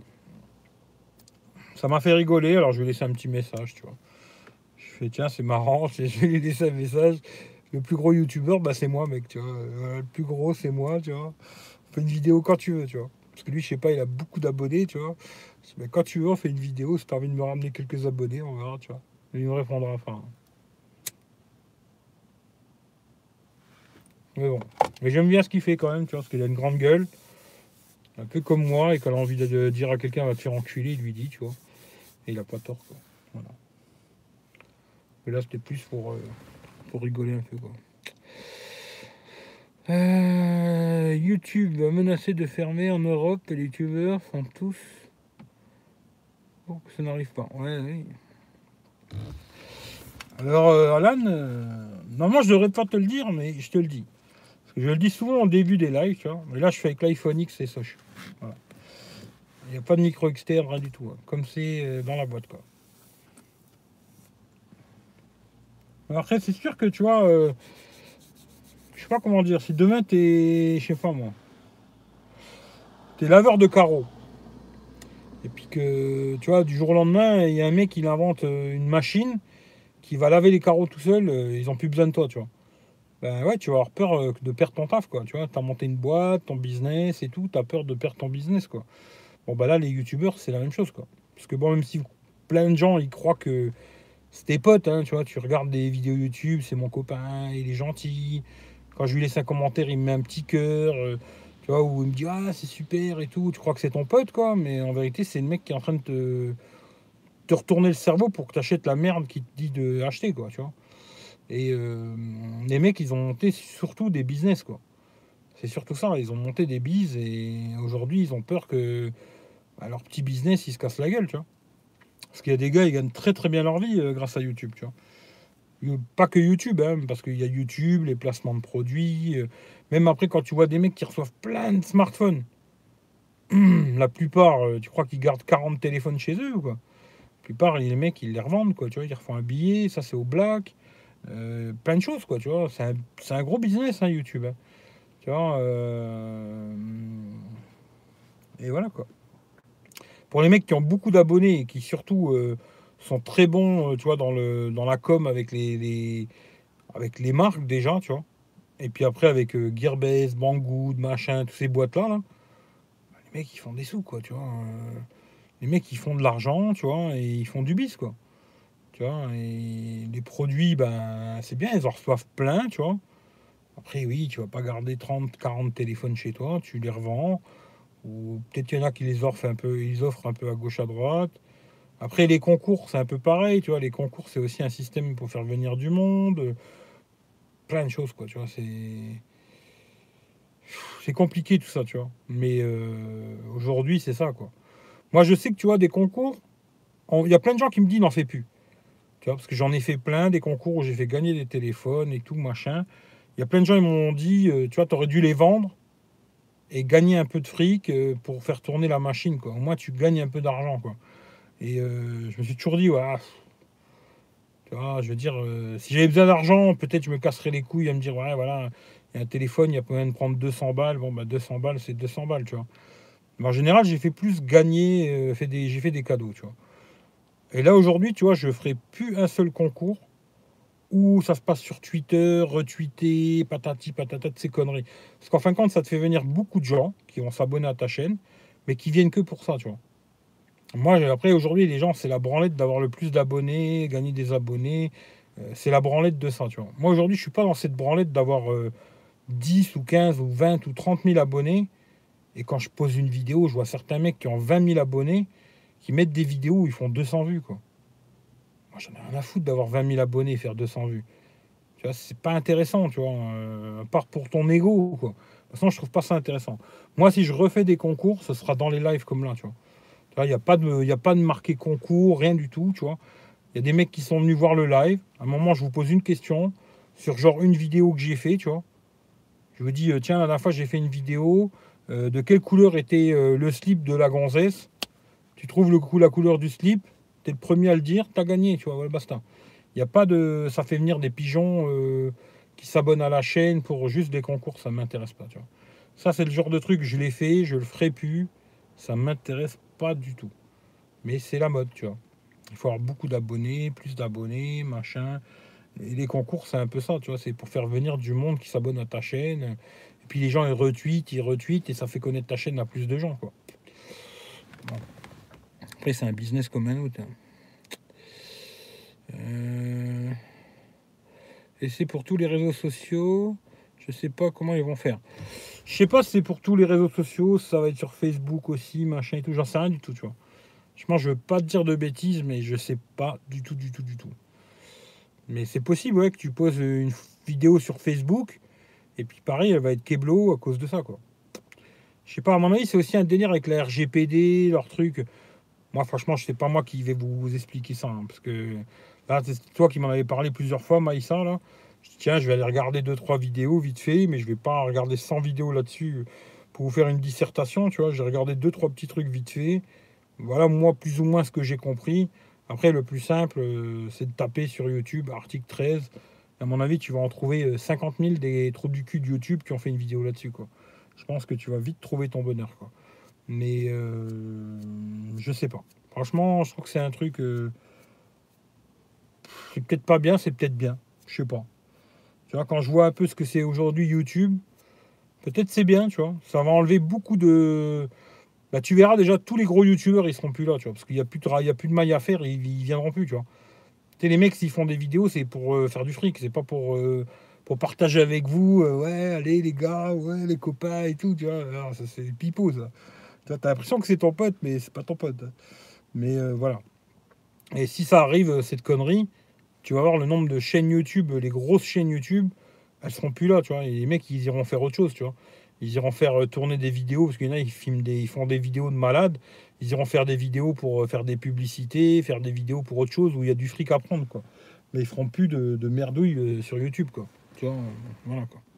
[SPEAKER 1] Ça m'a fait rigoler, alors je vais laisser un petit message, tu vois. Je fais, tiens, c'est marrant, je vais lui laisser un message. Le plus gros youtubeur, bah, c'est moi, mec, tu vois. Le plus gros, c'est moi, tu vois. On fait une vidéo quand tu veux, tu vois. Parce que lui, je sais pas, il a beaucoup d'abonnés, tu vois. Mais quand tu veux, on fait une vidéo. Si t'as envie de me ramener quelques abonnés, on verra, tu vois. Et il me répondra, enfin. Mais bon. Mais j'aime bien ce qu'il fait quand même, tu vois, parce qu'il a une grande gueule. Un peu comme moi, et quand il a envie de dire à quelqu'un, va te faire enculer, il lui dit, tu vois. Et il a pas tort, quoi. Voilà. Mais là, c'était plus pour rigoler un peu, quoi. YouTube menacé de fermer en Europe et les youtubeurs sont tous pour que ça n'arrive pas. Ouais, oui. Alors, Alan, normalement, je devrais pas te le dire, mais je te le dis. Parce que je le dis souvent au début des lives, tu vois. Mais là, je fais avec l'iPhone X et Soch. Voilà. Il n'y a pas de micro externe, rien du tout, hein. Comme c'est dans la boîte, quoi. Alors après, c'est sûr que, tu vois, je sais pas comment dire. Si demain, t'es, je sais pas moi, t'es laveur de carreaux. Et puis que, tu vois, du jour au lendemain, il y a un mec qui invente une machine qui va laver les carreaux tout seul, ils ont plus besoin de toi, tu vois. Ben ouais, tu vas avoir peur de perdre ton taf, quoi. Tu vois, t'as monté une boîte, ton business et tout, t'as peur de perdre ton business, quoi. Bon, bah là, les youtubeurs, c'est la même chose, quoi. Parce que bon, même si plein de gens, ils croient que c'est tes potes, hein, tu vois, tu regardes des vidéos YouTube, c'est mon copain, il est gentil. Quand je lui laisse un commentaire, il me met un petit cœur, tu vois, où il me dit, ah, c'est super et tout. Tu crois que c'est ton pote, quoi, mais en vérité, c'est le mec qui est en train de te retourner le cerveau pour que tu achètes la merde qu'il te dit de acheter, quoi, tu vois. Et les mecs, ils ont monté surtout des business, quoi. C'est surtout ça, ils ont monté des bises et aujourd'hui, ils ont peur que. bah, leur petit business, ils se cassent la gueule, tu vois. Parce qu'il y a des gars, ils gagnent très très bien leur vie grâce à YouTube, tu vois. Pas que YouTube, hein, parce qu'il y a YouTube, les placements de produits. Même après, quand tu vois des mecs qui reçoivent plein de smartphones, la plupart, tu crois qu'ils gardent 40 téléphones chez eux ou quoi? La plupart, les mecs, ils les revendent, quoi. Tu vois, ils refont un billet, ça c'est au black. Plein de choses, quoi, tu vois. C'est un gros business, hein, YouTube, hein. Tu vois, et voilà, quoi. Pour les mecs qui ont beaucoup d'abonnés et qui surtout sont très bons, tu vois, dans la com avec avec les marques déjà, tu vois. Et puis après, avec Gearbest, Banggood, machin, toutes ces boîtes-là, là, les mecs, ils font des sous, quoi, tu vois. Les mecs, ils font de l'argent, tu vois, et ils font du bis, quoi. Tu vois, et les produits, ben, c'est bien, ils en reçoivent plein, tu vois. Après, oui, tu vas pas garder 30, 40 téléphones chez toi, tu les revends. Ou peut-être qu'il y en a qui ils offrent un peu à gauche, à droite. Après, les concours, c'est un peu pareil, tu vois. Les concours, c'est aussi un système pour faire venir du monde. Plein de choses, quoi, tu vois. C'est compliqué tout ça, tu vois. Mais aujourd'hui, c'est ça, quoi. Moi, je sais que, tu vois, des concours, il y a plein de gens qui me disent n'en fais plus. Tu vois, parce que j'en ai fait plein, des concours où j'ai fait gagner des téléphones et tout, machin. Il y a plein de gens qui m'ont dit, tu vois, t'aurais dû les vendre et gagner un peu de fric pour faire tourner la machine, quoi. Au moins, tu gagnes un peu d'argent, quoi. Et je me suis toujours dit, ouais, tu vois, je veux dire, si j'avais besoin d'argent, peut-être je me casserais les couilles à me dire, ouais, voilà, il y a un téléphone, il y a moyen de prendre 200 balles. Bon, bah, 200 balles, c'est 200 balles, tu vois. Mais en général, j'ai fait plus gagner, j'ai fait des cadeaux, tu vois. Et là, aujourd'hui, tu vois, je ferai plus un seul concours où ça se passe sur Twitter, retweeté, patati patata, de ces conneries. Parce qu'en fin de compte, ça te fait venir beaucoup de gens qui vont s'abonner à ta chaîne, mais qui viennent que pour ça, tu vois. Moi, après, aujourd'hui, les gens, c'est la branlette d'avoir le plus d'abonnés, gagner des abonnés. C'est la branlette de ça, tu vois. Moi, aujourd'hui, je suis pas dans cette branlette d'avoir 10 ou 15 ou 20 ou 30 000 abonnés. Et quand je pose une vidéo, je vois certains mecs qui ont 20 000 abonnés qui mettent des vidéos où ils font 200 vues, quoi. Moi, j'en ai rien à foutre d'avoir 20 000 abonnés et faire 200 vues. Tu vois, c'est pas intéressant, tu vois. À part pour ton ego, quoi. De toute façon, je trouve pas ça intéressant. Moi, si je refais des concours, ce sera dans les lives comme là, tu vois. Il n'y a pas de, y a pas de marqué concours, rien du tout, tu vois. Il y a des mecs qui sont venus voir le live. À un moment, je vous pose une question sur genre une vidéo que j'ai fait, tu vois. Je vous dis, tiens, la dernière fois, j'ai fait une vidéo. De quelle couleur était le slip de la gonzesse? Tu trouves la couleur du slip, t'es le premier à le dire, t'as gagné, tu vois, ouais, basta. Il n'y a pas de. Ça fait venir des pigeons qui s'abonnent à la chaîne pour juste des concours, ça ne m'intéresse pas, tu vois. Ça, c'est le genre de truc, je l'ai fait, je le ferai plus. Ça ne m'intéresse pas du tout. Mais c'est la mode, tu vois. Il faut avoir beaucoup d'abonnés, plus d'abonnés, machin. Et les concours, c'est un peu ça, tu vois. C'est pour faire venir du monde qui s'abonne à ta chaîne. Et puis les gens, ils retweetent, et ça fait connaître ta chaîne à plus de gens, quoi. Bon. Après, c'est un business comme un autre, hein. Euh, Et c'est pour tous les réseaux sociaux. Je sais pas comment ils vont faire. Je sais pas si c'est pour tous les réseaux sociaux, ça va être sur Facebook aussi, machin et tout. J'en sais rien du tout, tu vois. Franchement, je veux pas te dire de bêtises, mais je sais pas du tout, du tout, du tout. Mais c'est possible, ouais, que tu poses une vidéo sur Facebook, et puis pareil, elle va être keblo à cause de ça, quoi. Je sais pas, à mon avis, c'est aussi un délire avec la RGPD, leur truc. Moi, franchement, je sais pas moi qui vais vous expliquer ça, hein, parce que là, c'est toi qui m'en avais parlé plusieurs fois, Maïssa, là. Je dis, tiens, je vais aller regarder deux trois vidéos vite fait, mais je vais pas regarder 100 vidéos là-dessus pour vous faire une dissertation, tu vois. J'ai regardé deux trois petits trucs vite fait. Voilà, moi, plus ou moins ce que j'ai compris. Après, le plus simple, c'est de taper sur YouTube, article 13. À mon avis, tu vas en trouver 50 000 des trous du cul de YouTube qui ont fait une vidéo là-dessus, quoi. Je pense que tu vas vite trouver ton bonheur, quoi. Mais je sais pas. Franchement, je trouve que c'est un truc. C'est peut-être pas bien, c'est peut-être bien. Je sais pas. Tu vois, quand je vois un peu ce que c'est aujourd'hui YouTube, peut-être c'est bien, tu vois. Ça va enlever beaucoup de. Bah, tu verras déjà, tous les gros YouTubeurs, ils seront plus là, tu vois. Parce qu'il n'y a plus il y a plus de mailles à faire, ils viendront plus, tu vois. Tu sais, les mecs, s'ils font des vidéos, c'est pour faire du fric, c'est pas pour partager avec vous. Ouais, allez, les gars, ouais, les copains et tout, tu vois. Alors, ça, c'est des pipeaux, ça. Tu vois, t'as l'impression que c'est ton pote, mais c'est pas ton pote. Mais voilà. Et si ça arrive, cette connerie, tu vas voir le nombre de chaînes YouTube, les grosses chaînes YouTube, elles seront plus là, tu vois. Et les mecs, ils iront faire autre chose, tu vois. Ils iront faire tourner des vidéos, parce qu'il y en a, ils font des vidéos de malades. Ils iront faire des vidéos pour faire des publicités, faire des vidéos pour autre chose, où il y a du fric à prendre, quoi. Mais ils feront plus de merdouilles sur YouTube, quoi. Tu vois, voilà, quoi.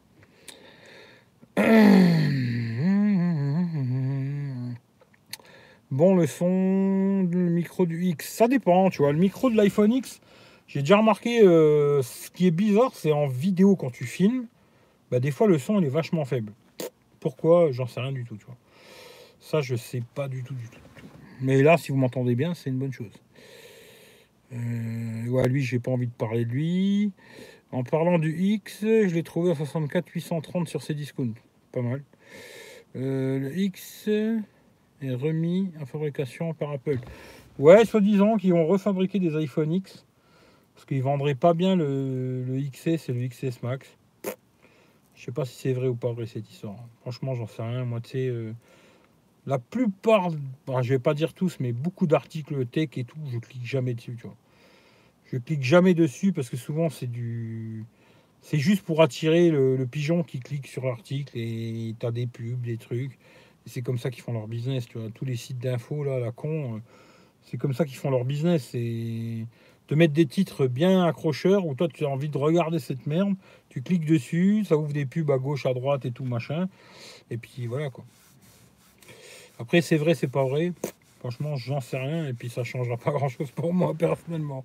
[SPEAKER 1] Bon, le son, le micro du X, ça dépend, tu vois. Le micro de l'iPhone X, j'ai déjà remarqué, ce qui est bizarre, c'est en vidéo, quand tu filmes, bah, des fois, le son, il est vachement faible. Pourquoi? J'en sais rien du tout, tu vois. Ça, je sais pas du tout, du tout. Mais là, si vous m'entendez bien, c'est une bonne chose. Ouais, lui, j'ai pas envie de parler de lui. En parlant du X, je l'ai trouvé à 64 830 sur Cdiscount. Pas mal. Le X est remis en fabrication par Apple. Ouais, soi-disant qu'ils vont refabriquer des iPhone X. Parce qu'ils vendraient pas bien le XS et le XS Max. Je sais pas si c'est vrai ou pas vrai cette histoire. Franchement, j'en sais rien. Moi, tu sais, la plupart, bon, je vais pas dire tous, mais beaucoup d'articles tech et tout, je clique jamais dessus, tu vois. Je clique jamais dessus parce que souvent c'est juste pour attirer le pigeon qui clique sur l'article et t'as des pubs, des trucs. Et c'est comme ça qu'ils font leur business, tu vois. Tous les sites d'infos là, la con, c'est comme ça qu'ils font leur business. C'est de mettre des titres bien accrocheurs où toi tu as envie de regarder cette merde, tu cliques dessus, ça ouvre des pubs à gauche, à droite et tout machin. Et puis voilà quoi. Après c'est vrai, c'est pas vrai. Franchement, j'en sais rien et puis ça changera pas grand chose pour moi personnellement.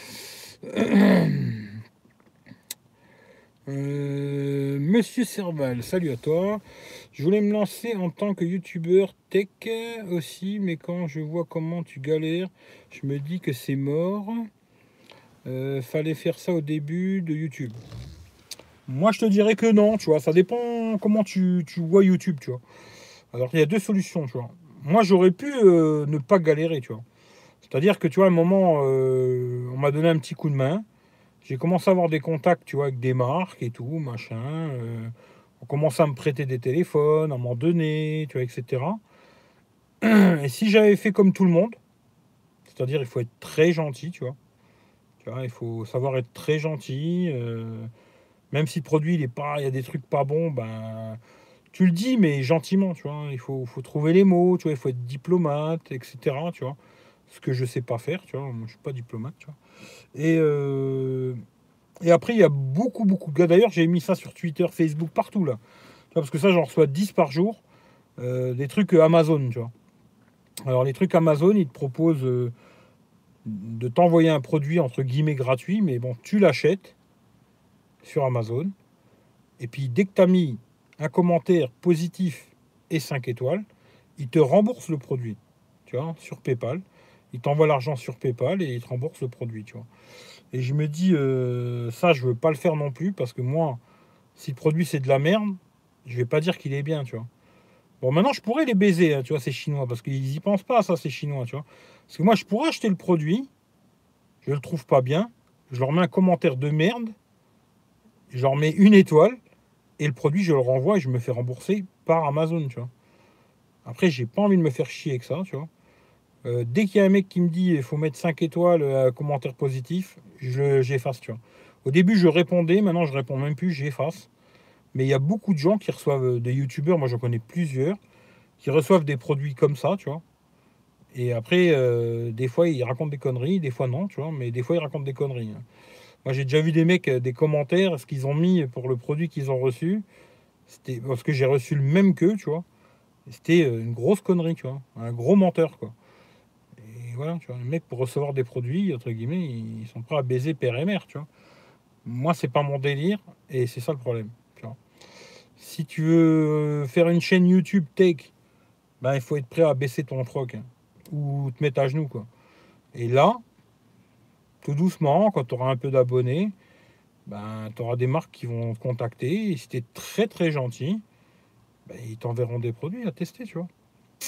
[SPEAKER 1] Monsieur Serval, salut à toi. Je voulais me lancer en tant que youtubeur tech aussi, mais quand je vois comment tu galères, je me dis que c'est mort. Fallait faire ça au début de YouTube. Moi, je te dirais que non, tu vois. Ça dépend comment tu vois YouTube, tu vois. Alors, il y a deux solutions, tu vois. Moi, j'aurais pu ne pas galérer, tu vois. C'est-à-dire que, tu vois, à un moment, on m'a donné un petit coup de main. J'ai commencé à avoir des contacts, tu vois, avec des marques et tout, machin. On commence à me prêter des téléphones, à m'en donner, tu vois, etc. Et si j'avais fait comme tout le monde, c'est-à-dire il faut être très gentil, tu vois. Tu vois, il faut savoir être très gentil. Même si le produit, il est pas, il y a des trucs pas bons, ben, tu le dis, mais gentiment, tu vois. Il faut trouver les mots, tu vois. Il faut être diplomate, etc. Tu vois. Ce que je sais pas faire, tu vois. Moi, je suis pas diplomate, tu vois. Et, et après, il y a beaucoup, beaucoup de gars. D'ailleurs, j'ai mis ça sur Twitter, Facebook, partout là. Tu vois, parce que ça, j'en reçois 10 par jour. Des trucs Amazon, tu vois. Alors, les trucs Amazon, ils te proposent de t'envoyer un produit entre guillemets gratuit, mais bon, tu l'achètes sur Amazon. Et puis, dès que tu as mis un commentaire positif et 5 étoiles, ils te remboursent le produit, tu vois, sur PayPal. Ils t'envoient l'argent sur PayPal et ils te remboursent le produit, tu vois. Et je me dis, ça, je veux pas le faire non plus parce que moi, si le produit c'est de la merde, je vais pas dire qu'il est bien, tu vois. Bon, maintenant, je pourrais les baiser, hein, tu vois, ces Chinois, parce qu'ils y pensent pas à ça, ces Chinois, tu vois. Parce que moi, je pourrais acheter le produit, je le trouve pas bien, je leur mets un commentaire de merde, je leur mets une étoile, et le produit, je le renvoie et je me fais rembourser par Amazon, tu vois. Après, j'ai pas envie de me faire chier avec ça, tu vois. Dès qu'il y a un mec qui me dit il faut mettre 5 étoiles, commentaire positif, j'efface, tu vois. Au début, je répondais, maintenant, je réponds même plus, j'efface. Mais il y a beaucoup de gens qui reçoivent des youtubeurs, moi j'en connais plusieurs, qui reçoivent des produits comme ça, tu vois. Et après, des fois, ils racontent des conneries, des fois non, tu vois, mais des fois, ils racontent des conneries, hein. Moi, j'ai déjà vu des mecs, des commentaires, ce qu'ils ont mis pour le produit qu'ils ont reçu. C'était parce que j'ai reçu le même qu'eux, tu vois. C'était une grosse connerie, tu vois. Un gros menteur, quoi. Et voilà, tu vois, les mecs, pour recevoir des produits, entre guillemets, ils sont prêts à baiser père et mère, tu vois. Moi, c'est pas mon délire, et c'est ça le problème, tu vois. Si tu veux faire une chaîne YouTube tech, ben, il faut être prêt à baisser ton froc, hein, ou te mettre à genoux, quoi. Et là, tout doucement, quand tu auras un peu d'abonnés, ben, tu auras des marques qui vont te contacter. Et si tu es très très gentil, ben, ils t'enverront des produits à tester, tu vois.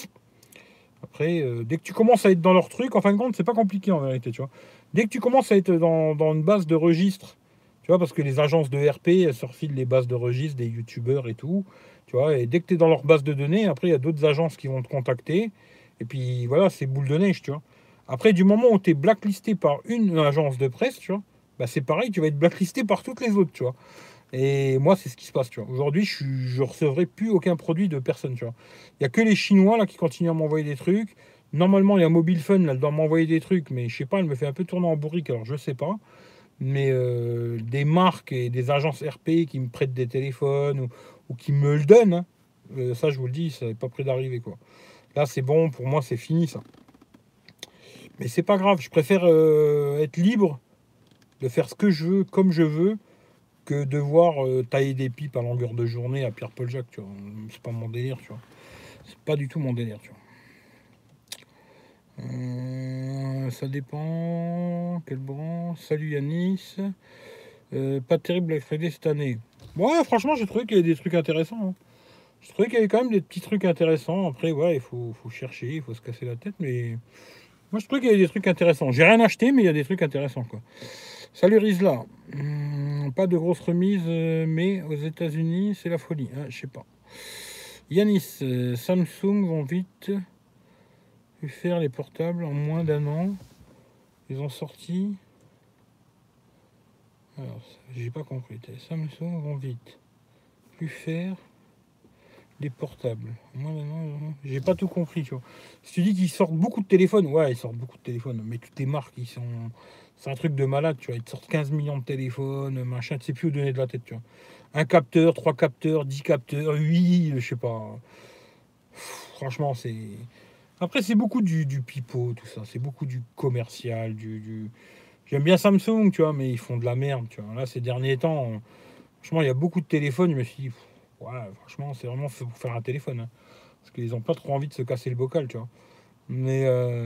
[SPEAKER 1] Après, dès que tu commences à être dans leur truc, en fin de compte, c'est pas compliqué en vérité, tu vois. Dès que tu commences à être dans une base de registre, tu vois, parce que les agences de RP, elles se refilent les bases de registre des youtubeurs et tout, tu vois, et dès que tu es dans leur base de données, après, il y a d'autres agences qui vont te contacter, et puis voilà, c'est boule de neige, tu vois. Après, du moment où tu es blacklisté par une agence de presse, tu vois, bah, c'est pareil, tu vas être blacklisté par toutes les autres, tu vois. Et moi, c'est ce qui se passe, tu vois. Aujourd'hui, je recevrai plus aucun produit de personne, tu vois. Il y a que les Chinois, là, qui continuent à m'envoyer des trucs. Normalement, il y a Mobile Fun, là, elle doit m'envoyer des trucs, mais je sais pas, elle me fait un peu tourner en bourrique, alors je sais pas. Mais des marques et des agences RP qui me prêtent des téléphones ou qui me le donnent, hein, ça, je vous le dis, ça n'est pas près d'arriver, quoi. Là, c'est bon, pour moi, c'est fini, ça. Mais c'est pas grave, je préfère être libre de faire ce que je veux, comme je veux, que devoir tailler des pipes à longueur de journée à Pierre-Paul Jacques, tu vois. C'est pas mon délire, tu vois. C'est pas du tout mon délire, tu vois. Ça dépend. Quelle branche? Salut Yanis. Pas terrible Black Friday cette année. Ouais, franchement, j'ai trouvé qu'il y avait des trucs intéressants, hein. Je trouvais qu'il y avait quand même des petits trucs intéressants. Après, ouais, faut chercher, il faut se casser la tête, mais moi, je trouvais qu'il y avait des trucs intéressants. J'ai rien acheté, mais il y a des trucs intéressants, quoi. Salut Rizla. Pas de grosse remise, mais aux États-Unis, c'est la folie. Hein, je sais pas. Yanis, Samsung vont vite faire les portables en moins d'un an. Ils ont sorti. Alors, j'ai pas compris. Samsung vont vite plus faire des portables. En moins d'un an, j'ai pas tout compris, tu vois. Si tu dis qu'ils sortent beaucoup de téléphones, ouais, ils sortent beaucoup de téléphones, mais toutes les marques, ils sont. C'est un truc de malade, tu vois. Ils te sortent 15 millions de téléphones, machin, tu sais plus où donner de la tête, tu vois. Un capteur, 3 capteurs, 10 capteurs, 8, je sais pas. Franchement, c'est. Après, c'est beaucoup du pipeau, tout ça. C'est beaucoup du commercial, J'aime bien Samsung, tu vois, mais ils font de la merde, tu vois. Là, ces derniers temps, franchement, il y a beaucoup de téléphones. Je me suis dit, ouais, franchement, c'est vraiment fait pour faire un téléphone, hein. Parce qu'ils n'ont pas trop envie de se casser le bocal, tu vois. Mais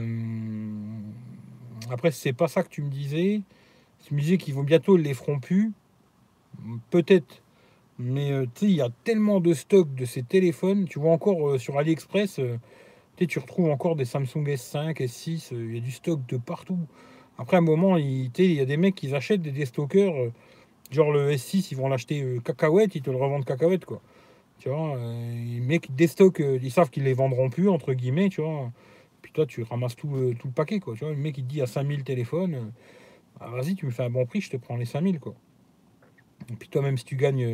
[SPEAKER 1] après, c'est pas ça que tu me disais. Tu me disais qu'ils vont bientôt les feront plus. Peut-être. Mais tu sais, il y a tellement de stock de ces téléphones. Tu vois encore sur AliExpress, tu retrouves encore des Samsung S5, S6. Il y a du stock de partout. Après, à un moment, il y a des mecs qui achètent des déstockers. Genre le S6, ils vont l'acheter cacahuète, ils te le revendent cacahuète, quoi. Tu vois, les mecs déstockent, ils savent qu'ils les vendront plus, entre guillemets, tu vois. Puis toi, tu ramasses tout le paquet, quoi. Tu vois, le mec, il te dit à 5000 téléphones, ah, vas-y, tu me fais un bon prix, je te prends les 5000, quoi. Et puis toi, même si tu gagnes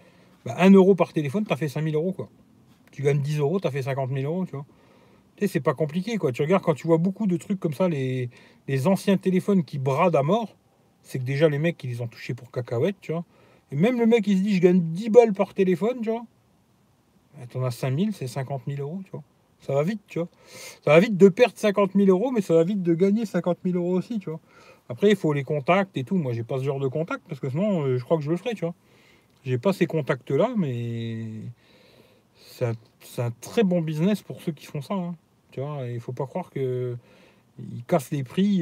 [SPEAKER 1] 1 euro par téléphone, t'as fait 5000 euros, quoi. Tu gagnes 10 euros, t'as fait 50 000 euros, tu vois. Tu sais, c'est pas compliqué, quoi. Tu regardes quand tu vois beaucoup de trucs comme ça, les anciens téléphones qui bradent à mort, c'est que déjà les mecs, ils les ont touchés pour cacahuètes, tu vois. Et même le mec, il se dit, je gagne 10 balles par téléphone, tu vois. T'en as 5000, c'est 50 000 euros, tu vois. Ça va vite, tu vois. Ça va vite de perdre 50 000 euros, mais ça va vite de gagner 50 000 euros aussi, tu vois. Après, il faut les contacts et tout. Moi, j'ai pas ce genre de contact parce que sinon, je crois que je le ferais, tu vois. J'ai pas ces contacts-là, mais c'est un très bon business pour ceux qui font ça, hein. Tu vois, il faut pas croire que ils cassent les prix,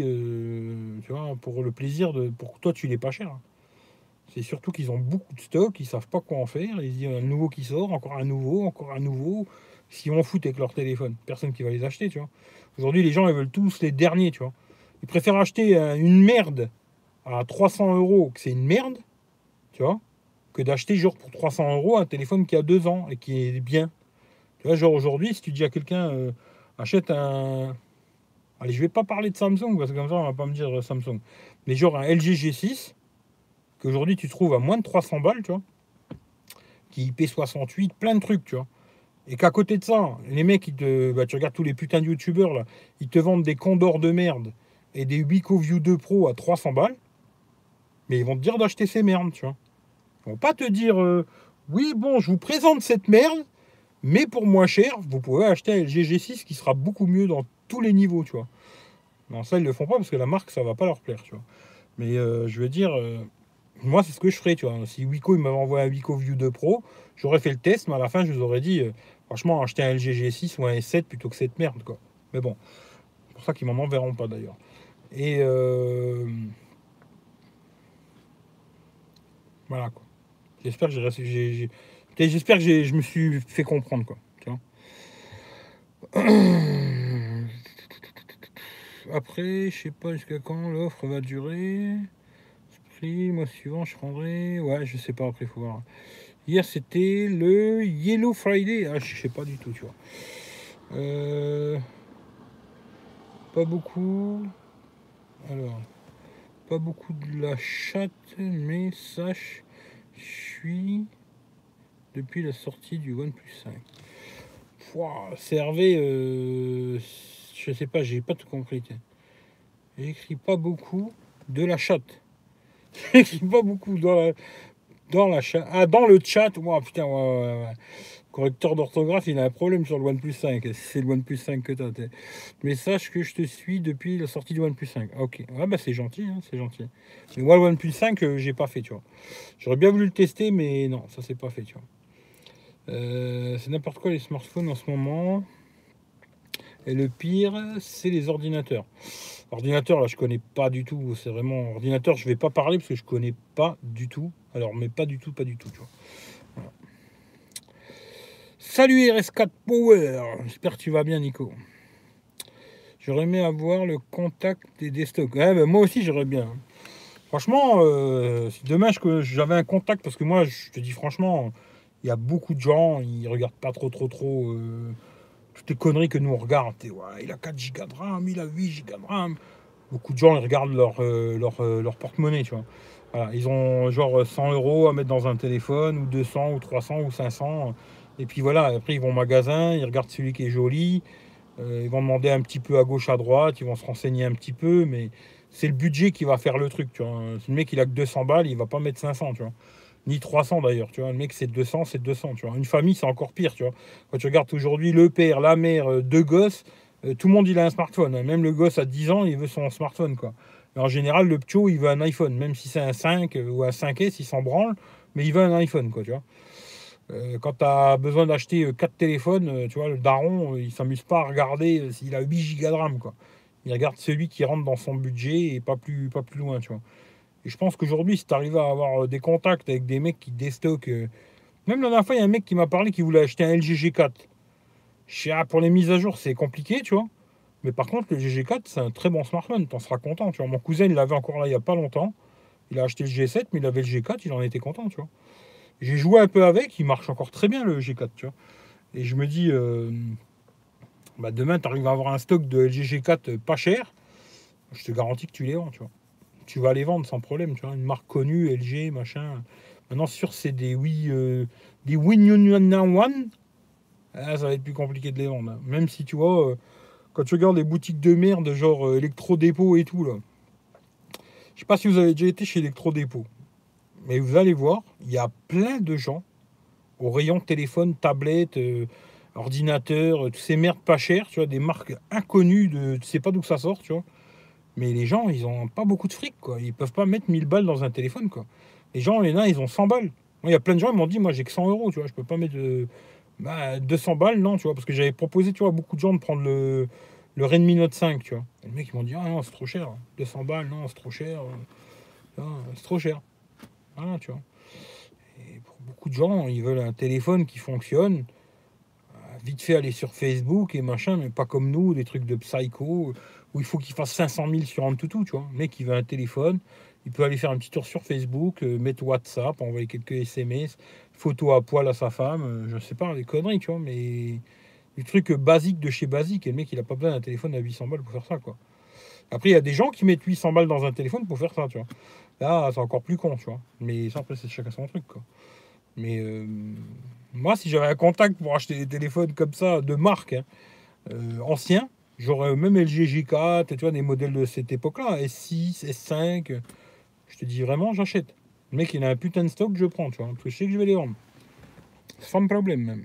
[SPEAKER 1] tu vois, pour le plaisir pour que toi tu l'aies pas cher, hein. C'est surtout qu'ils ont beaucoup de stock, ils savent pas quoi en faire. Ils disent un nouveau qui sort, encore un nouveau, encore un nouveau. S'ils vont foutre avec leur téléphone, personne qui va les acheter, tu vois. Aujourd'hui, les gens ils veulent tous les derniers, tu vois. Ils préfèrent acheter une merde à 300 euros, que c'est une merde, tu vois, que d'acheter genre pour 300 euros un téléphone qui a 2 ans et qui est bien. Tu vois, genre aujourd'hui, si tu dis à quelqu'un achète un. Allez, je vais pas parler de Samsung parce que comme ça on va pas me dire Samsung. Mais genre un LG G6 qu'aujourd'hui tu trouves à moins de 300 balles, tu vois, qui IP68, plein de trucs, tu vois. Et qu'à côté de ça, les mecs, tu regardes tous les putains de youtubeurs là, ils te vendent des Condors de merde et des Wiko View 2 Pro à 300 balles, mais ils vont te dire d'acheter ces merdes, tu vois. Ils vont pas te dire oui, bon, je vous présente cette merde, mais pour moins cher, vous pouvez acheter un LG G6 qui sera beaucoup mieux dans tous les niveaux, tu vois. Non, ça, ils le font pas parce que la marque, ça va pas leur plaire, tu vois. Mais je veux dire, moi, c'est ce que je ferais, tu vois. Si Wiko, il m'avait envoyé un Wiko View 2 Pro, j'aurais fait le test, mais à la fin, je vous aurais dit, franchement, acheter un LG G6 ou un S7 plutôt que cette merde, quoi. Mais bon, c'est pour ça qu'ils m'en enverront pas, d'ailleurs. Et voilà, quoi. J'espère que j'espère que je me suis fait comprendre, quoi. Tu vois. Après, je sais pas jusqu'à quand l'offre va durer. Prix, mois suivant, je prendrai. Ouais, je sais pas, après, il faut voir. Hier, c'était le Yellow Friday. Ah, je sais pas du tout, tu vois. Euh, pas beaucoup. Alors, pas beaucoup de la chatte, mais sache Je suis depuis la sortie du OnePlus 5. C'est Hervé, je sais pas, j'ai pas tout compris. J'écris pas beaucoup de la chatte. J'écris pas beaucoup dans la chat. Ah, dans le chat. Wow, putain, ouais. Correcteur d'orthographe, il a un problème sur le OnePlus 5. C'est le OnePlus 5 que t'as. Mais sache que je te suis depuis la sortie du OnePlus 5. Ok, ouais, bah c'est gentil, hein, c'est gentil. Mais moi, le OnePlus 5, j'ai pas fait, tu vois. J'aurais bien voulu le tester, mais non, ça c'est pas fait, tu vois. C'est n'importe quoi les smartphones en ce moment. Et le pire, c'est les ordinateurs. Ordinateur, là, je connais pas du tout. C'est vraiment ordinateur, je vais pas parler parce que je connais pas du tout. Alors, mais pas du tout, tu vois. Voilà. Salut RS4 Power. J'espère que tu vas bien, Nico. J'aurais aimé avoir le contact des stocks. Ouais, ben, moi aussi, j'aurais bien. Franchement, c'est dommage que j'avais un contact parce que moi, je te dis franchement, il y a beaucoup de gens, ils regardent pas trop toutes les conneries que nous on regarde. Et, ouais, il a 4 Go de RAM, il a 8 Go de RAM. Beaucoup de gens, ils regardent leur porte-monnaie, tu vois. Voilà, ils ont genre 100 euros à mettre dans un téléphone, ou 200, ou 300, ou 500. Et puis voilà, après ils vont au magasin, ils regardent celui qui est joli. Ils vont demander un petit peu à gauche, à droite, ils vont se renseigner un petit peu, mais c'est le budget qui va faire le truc, tu vois. Si le mec il a que 200 balles, il va pas mettre 500, tu vois. Ni 300 d'ailleurs, tu vois. Le mec c'est 200, c'est 200, tu vois. Une famille c'est encore pire, tu vois. Quand tu regardes aujourd'hui le père, la mère, deux gosses, tout le monde il a un smartphone, hein. Même le gosse à 10 ans, il veut son smartphone, quoi. Et en général, le ptio, il veut un iPhone, même si c'est un 5 ou un 5S, il s'en branle, mais il veut un iPhone, quoi, tu vois. Quand tu as besoin d'acheter 4 téléphones, tu vois, le daron, il s'amuse pas à regarder s'il a 8 gigas de RAM, quoi. Il regarde celui qui rentre dans son budget et pas plus loin, tu vois. Et je pense qu'aujourd'hui, si tu arrives à avoir des contacts avec des mecs qui déstockent. Même la dernière fois, il y a un mec qui m'a parlé qui voulait acheter un LG G4. Je sais, ah, pour les mises à jour, c'est compliqué, tu vois. Mais par contre, le GG4, c'est un très bon smartphone, t'en seras content, tu vois. Mon cousin, il l'avait encore là il n'y a pas longtemps. Il a acheté le G7, mais il avait le G4, il en était content, tu vois. J'ai joué un peu avec, il marche encore très bien le G4, tu vois. Et je me dis, bah demain, tu arrives à avoir un stock de LG G4 pas cher, je te garantis que tu les vends, tu vois. Tu vas les vendre sans problème, tu vois. Une marque connue, LG, machin. Maintenant, sûr, c'est des Win One. Ah, ça va être plus compliqué de les vendre, hein. Même si tu vois, quand tu regardes les boutiques de merde, genre Electro-Dépôt et tout, là. Je sais pas si vous avez déjà été chez Electro-Dépôt, mais vous allez voir, il y a plein de gens au rayon téléphone, tablette, ordinateur, toutes ces merdes pas chères, tu vois, des marques inconnues, tu sais pas d'où ça sort, tu vois. Mais les gens, ils ont pas beaucoup de fric, quoi. Ils peuvent pas mettre 1000 balles dans un téléphone, quoi. Les gens, les nains, ils ont 100 balles. Moi, il y a plein de gens qui m'ont dit, moi, j'ai que 100 euros, tu vois, je peux pas mettre 200 balles, non, tu vois, parce que j'avais proposé, tu vois, à beaucoup de gens de prendre le Redmi Note 5, tu vois. Et les mecs, ils m'ont dit, ah non, c'est trop cher. 200 balles, non, c'est trop cher. C'est trop cher. Voilà, tu vois. Et pour beaucoup de gens, ils veulent un téléphone qui fonctionne. Vite fait aller sur Facebook et machin, mais pas comme nous, des trucs de psycho, où il faut qu'il fasse 500 000 sur un toutou, tu vois. Le mec, il veut un téléphone, il peut aller faire un petit tour sur Facebook, mettre WhatsApp, envoyer quelques SMS, photo à poil à sa femme, je sais pas, des conneries, tu vois, mais des trucs basiques de chez basique, et le mec, il a pas besoin d'un téléphone à 800 balles pour faire ça, quoi. Après, il y a des gens qui mettent 800 balles dans un téléphone pour faire ça, tu vois. Là, c'est encore plus con, tu vois. Mais ça, après, c'est chacun son truc, quoi. Mais moi, si j'avais un contact pour acheter des téléphones comme ça, de marque, hein, anciens, j'aurais même LG G4, tu vois, des modèles de cette époque-là, S6, S5. Je te dis vraiment, j'achète. Le mec, il a un putain de stock, je prends, tu vois, parce que je sais que je vais les vendre. Sans problème, même.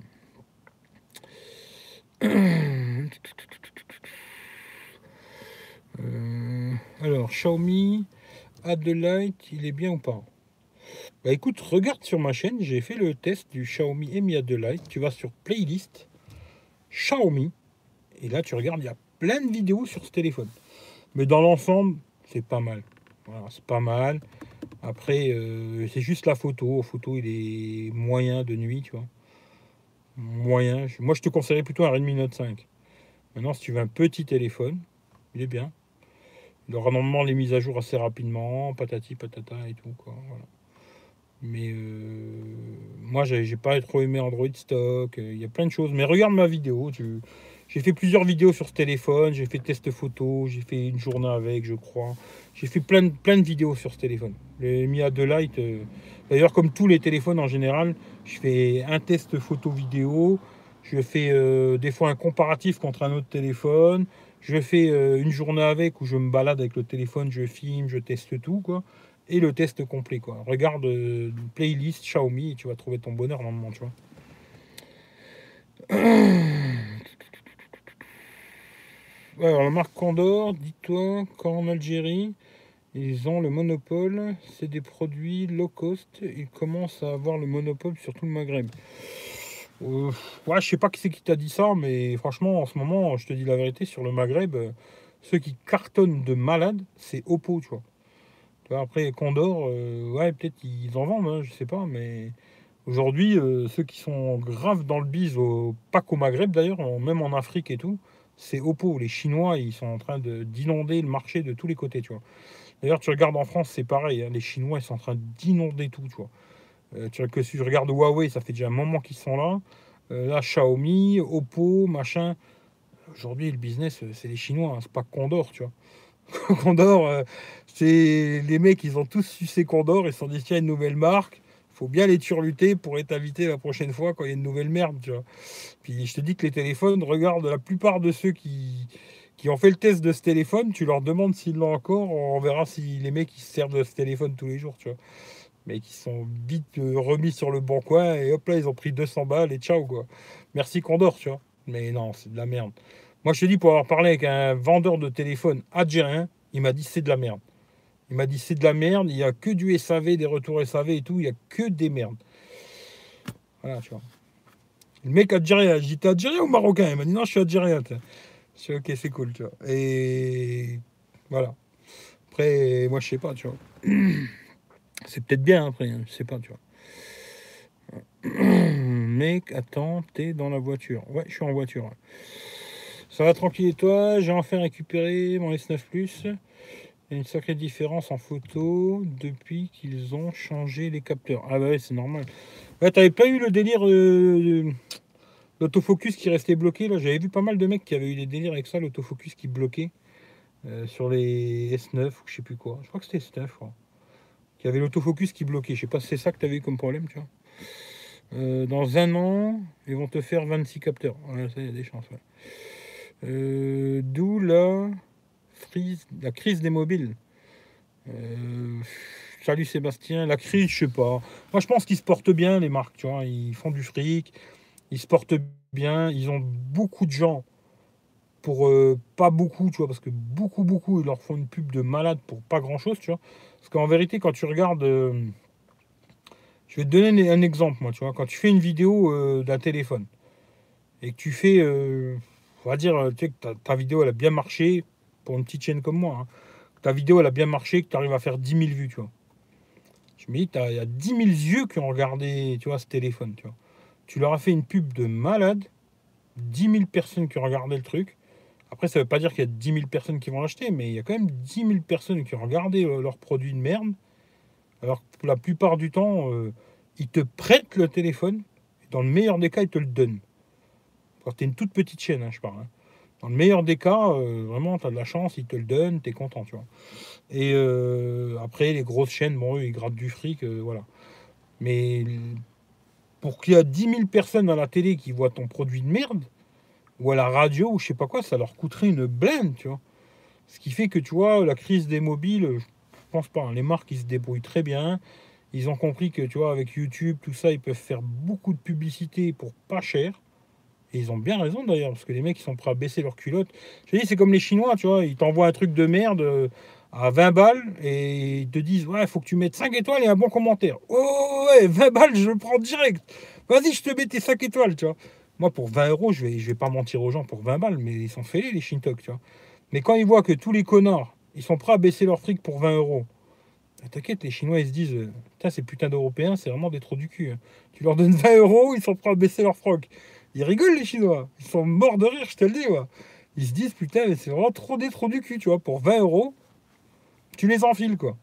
[SPEAKER 1] Alors, Xiaomi, Adelaide, il est bien ou pas? Bah écoute, regarde sur ma chaîne, j'ai fait le test du Xiaomi Mi Adelaide. Tu vas sur playlist Xiaomi. Et là, tu regardes, il y a plein de vidéos sur ce téléphone. Mais dans l'ensemble, c'est pas mal. Voilà, c'est pas mal. Après, c'est juste la photo. La photo, il est moyen de nuit, tu vois. Moyen. Moi, je te conseillerais plutôt un Redmi Note 5. Maintenant, si tu veux un petit téléphone, il est bien. Il aura normalement les mises à jour assez rapidement, patati patata et tout, quoi. Voilà. Mais moi, j'ai pas trop aimé Android stock. Il y a plein de choses. Mais regarde ma vidéo. J'ai fait plusieurs vidéos sur ce téléphone, j'ai fait test photo, j'ai fait une journée avec, je crois. J'ai fait plein de vidéos sur ce téléphone. Le Mi A2 Lite, d'ailleurs, comme tous les téléphones en général, je fais un test photo vidéo, je fais des fois un comparatif contre un autre téléphone, je fais une journée avec où je me balade avec le téléphone, je filme, je teste tout, quoi. Et le test complet, quoi. Regarde playlist Xiaomi et tu vas trouver ton bonheur normalement, tu vois. Ouais, alors la marque Condor, dis-toi, qu'en Algérie, ils ont le monopole, c'est des produits low cost, ils commencent à avoir le monopole sur tout le Maghreb. Ouais, je sais pas qui c'est qui t'a dit ça, mais franchement, en ce moment, je te dis la vérité, sur le Maghreb, ceux qui cartonnent de malades, c'est Oppo, tu vois. Après, Condor, ouais, peut-être ils en vendent, hein, je sais pas, mais aujourd'hui, ceux qui sont graves dans le bise, pas qu'au Maghreb d'ailleurs, même en Afrique et tout, c'est Oppo. Les Chinois, ils sont en train d'inonder le marché de tous les côtés, tu vois. D'ailleurs, tu regardes en France, c'est pareil, hein, les Chinois, ils sont en train d'inonder tout, tu vois. Que si je regarde Huawei, ça fait déjà un moment qu'ils sont là. Là, Xiaomi, Oppo, machin. Aujourd'hui, le business, c'est les Chinois, hein, c'est pas Condor, tu vois. Condor, c'est les mecs, ils ont tous sucé Condor, ils se sont dit tiens, une nouvelle marque, faut bien les turluter pour être invité la prochaine fois quand il y a une nouvelle merde, tu vois. Puis je te dis que les téléphones, regarde la plupart de ceux qui ont fait le test de ce téléphone, tu leur demandes s'ils l'ont encore, on verra si les mecs ils se servent de ce téléphone tous les jours, tu vois. Mais qui sont vite remis sur le bon coin et hop là, ils ont pris 200 balles et ciao quoi. Merci Condor, tu vois. Mais non, c'est de la merde. Moi, je te dis, pour avoir parlé avec un vendeur de téléphone algérien, il m'a dit c'est de la merde. Il m'a dit c'est de la merde, il n'y a que du SAV, des retours SAV et tout, il n'y a que des merdes. Voilà, tu vois. Le mec algérien, je dis t'es algérien ou marocain? Il m'a dit non, je suis algérien. Je suis ok, c'est cool, tu vois. Et voilà. Après, moi, je sais pas, tu vois. C'est peut-être bien après, hein, je sais pas, tu vois. Mec, attends, t'es dans la voiture. Ouais, je suis en voiture. Ouais. Ça va tranquille et toi? J'ai enfin récupéré mon S9 Plus. Il y a une sacrée différence en photo depuis qu'ils ont changé les capteurs. Ah bah ouais, c'est normal. Ouais, t'avais pas eu le délire l'autofocus qui restait bloqué là? J'avais vu pas mal de mecs qui avaient eu des délires avec ça, l'autofocus qui bloquait sur les S9 ou je sais plus quoi. Je crois que c'était S9, je crois. Qui avait l'autofocus qui bloquait. Je sais pas si c'est ça que t'avais eu comme problème, tu vois. Dans un an, ils vont te faire 26 capteurs. Ouais, ça, il y a des chances. Ouais. D'où la crise des mobiles. Euh, Salut Sébastien, la crise, je sais pas. Moi, je pense qu'ils se portent bien, les marques, tu vois. Ils font du fric, ils se portent bien, ils ont beaucoup de gens pour pas beaucoup, tu vois, parce que beaucoup, ils leur font une pub de malade pour pas grand-chose, tu vois. Parce qu'en vérité, quand tu regardes, je vais te donner un exemple, moi, tu vois. Quand tu fais une vidéo d'un téléphone et que tu fais, on va dire, tu sais, que ta vidéo, elle a bien marché pour une petite chaîne comme moi, hein. Ta vidéo, elle a bien marché, que tu arrives à faire 10 000 vues, tu vois. Je me dis, il y a 10 000 yeux qui ont regardé, tu vois, ce téléphone, tu vois. Tu leur as fait une pub de malade, 10 000 personnes qui ont regardé le truc. Après, ça veut pas dire qu'il y a 10 000 personnes qui vont l'acheter, mais il y a quand même 10 000 personnes qui ont regardé leurs produits de merde. Alors que la plupart du temps, ils te prêtent le téléphone. Et dans le meilleur des cas, ils te le donnent. Quand tu es une toute petite chaîne, hein, je parle. Hein. Dans le meilleur des cas, vraiment, tu as de la chance, ils te le donnent, tu es content, tu vois. Et après, les grosses chaînes, bon, eux, ils grattent du fric, voilà. Mais pour qu'il y ait 10 000 personnes à la télé qui voient ton produit de merde, ou à la radio, ou je sais pas quoi, ça leur coûterait une blinde, tu vois. Ce qui fait que, tu vois, la crise des mobiles, je pense pas. Hein. Les marques, ils se débrouillent très bien. Ils ont compris que, tu vois, avec YouTube, tout ça, ils peuvent faire beaucoup de publicité pour pas cher. Et ils ont bien raison d'ailleurs, parce que les mecs, ils sont prêts à baisser leurs culottes. Je te dis, c'est comme les Chinois, tu vois, ils t'envoient un truc de merde à 20 balles et ils te disent, ouais, il faut que tu mettes 5 étoiles et un bon commentaire. Oh ouais, 20 balles, je le prends direct. Vas-y, je te mets tes 5 étoiles, tu vois. Moi, pour 20 euros, je vais pas mentir aux gens pour 20 balles, mais ils sont fêlés, les Shintok, tu vois. Mais quand ils voient que tous les connards, ils sont prêts à baisser leur fric pour 20 euros, bah, t'inquiète, les Chinois, ils se disent, putain, ces putains d'Européens, c'est vraiment des trous du cul. Hein. Tu leur donnes 20 euros, ils sont prêts à baisser leur froc. Ils rigolent, les Chinois. Ils sont morts de rire, je te le dis, moi. Ils se disent, putain, mais c'est vraiment trop des trous du cul, tu vois. Pour 20 euros, tu les enfiles, quoi.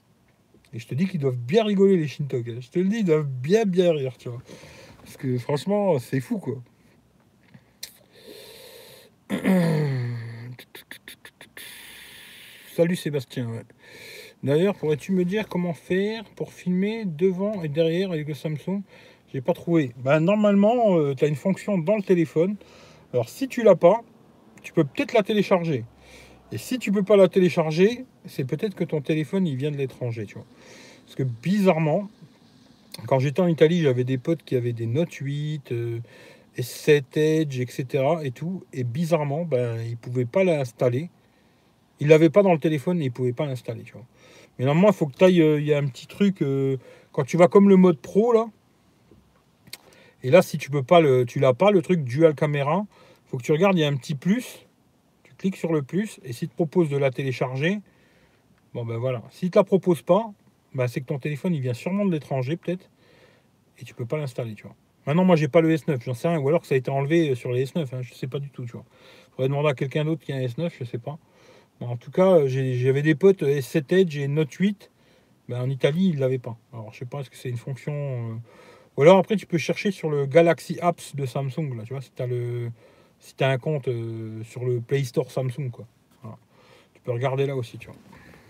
[SPEAKER 1] Et je te dis qu'ils doivent bien rigoler, les Shintok. Hein. Je te le dis, ils doivent bien rire, tu vois. Parce que franchement, c'est fou, quoi. Salut Sébastien. Ouais. D'ailleurs, pourrais-tu me dire comment faire pour filmer devant et derrière avec le Samsung? J'ai pas trouvé. Ben, normalement, tu as une fonction dans le téléphone. Alors, si tu l'as pas, tu peux peut-être la télécharger. Et si tu peux pas la télécharger, c'est peut-être que ton téléphone il vient de l'étranger, tu vois. Parce que bizarrement, quand j'étais en Italie, j'avais des potes qui avaient des Note 8, S7 Edge, etc. et tout. Et bizarrement, ben, ils pouvaient pas l'installer. Ils l'avaient pas dans le téléphone et ils pouvaient pas l'installer, tu vois. Mais normalement, il faut que tu ailles. Il y a un petit truc. Quand tu vas comme le mode pro, là. Et là, si tu peux pas tu l'as pas, le truc dual caméra, il faut que tu regardes, il y a un petit plus. Tu cliques sur le plus. Et s'il te propose de la télécharger, bon ben voilà. S'il te la propose pas, ben, c'est que ton téléphone, il vient sûrement de l'étranger, peut-être. Et tu peux pas l'installer, tu vois. Maintenant, moi, j'ai pas le S9, j'en sais rien. Ou alors que ça a été enlevé sur les S9, hein, je sais pas du tout, tu vois. Faudrait demander à quelqu'un d'autre qui a un S9, je sais pas. Bon, en tout cas, j'avais des potes S7 Edge et Note 8. Ben, en Italie, ils ne l'avaient pas. Alors, je sais pas, est-ce que c'est une fonction. Ou alors, après, tu peux chercher sur le Galaxy Apps de Samsung, là, tu vois, si tu as un compte sur le Play Store Samsung, quoi. Voilà. Tu peux regarder là aussi, tu vois.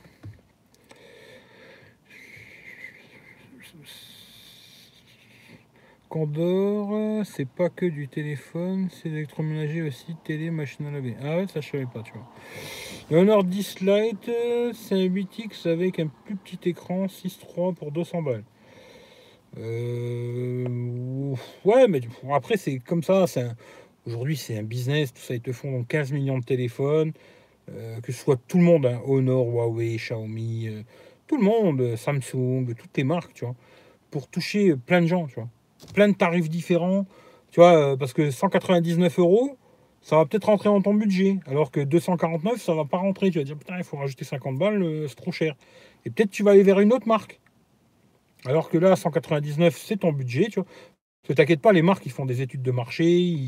[SPEAKER 1] Condor, c'est pas que du téléphone, c'est électroménager aussi, télé, machine à laver. Ah ouais, ça je savais pas, tu vois. Le Honor 10 Lite, c'est un 8X avec un plus petit écran 6.3 pour 200 balles. Ouais, mais bon, après, c'est comme ça. Aujourd'hui, c'est un business. Tout ça, ils te font 15 millions de téléphones. Que ce soit tout le monde, hein, Honor, Huawei, Xiaomi, tout le monde, Samsung, toutes les marques, tu vois, pour toucher plein de gens, tu vois. Plein de tarifs différents, tu vois, parce que 199 euros, ça va peut-être rentrer dans ton budget, alors que 249, ça va pas rentrer. Tu vas dire, putain, il faut rajouter 50 balles, c'est trop cher. Et peut-être tu vas aller vers une autre marque. Alors que là, 199, c'est ton budget, tu vois. Ne t'inquiète pas, les marques, ils font des études de marché,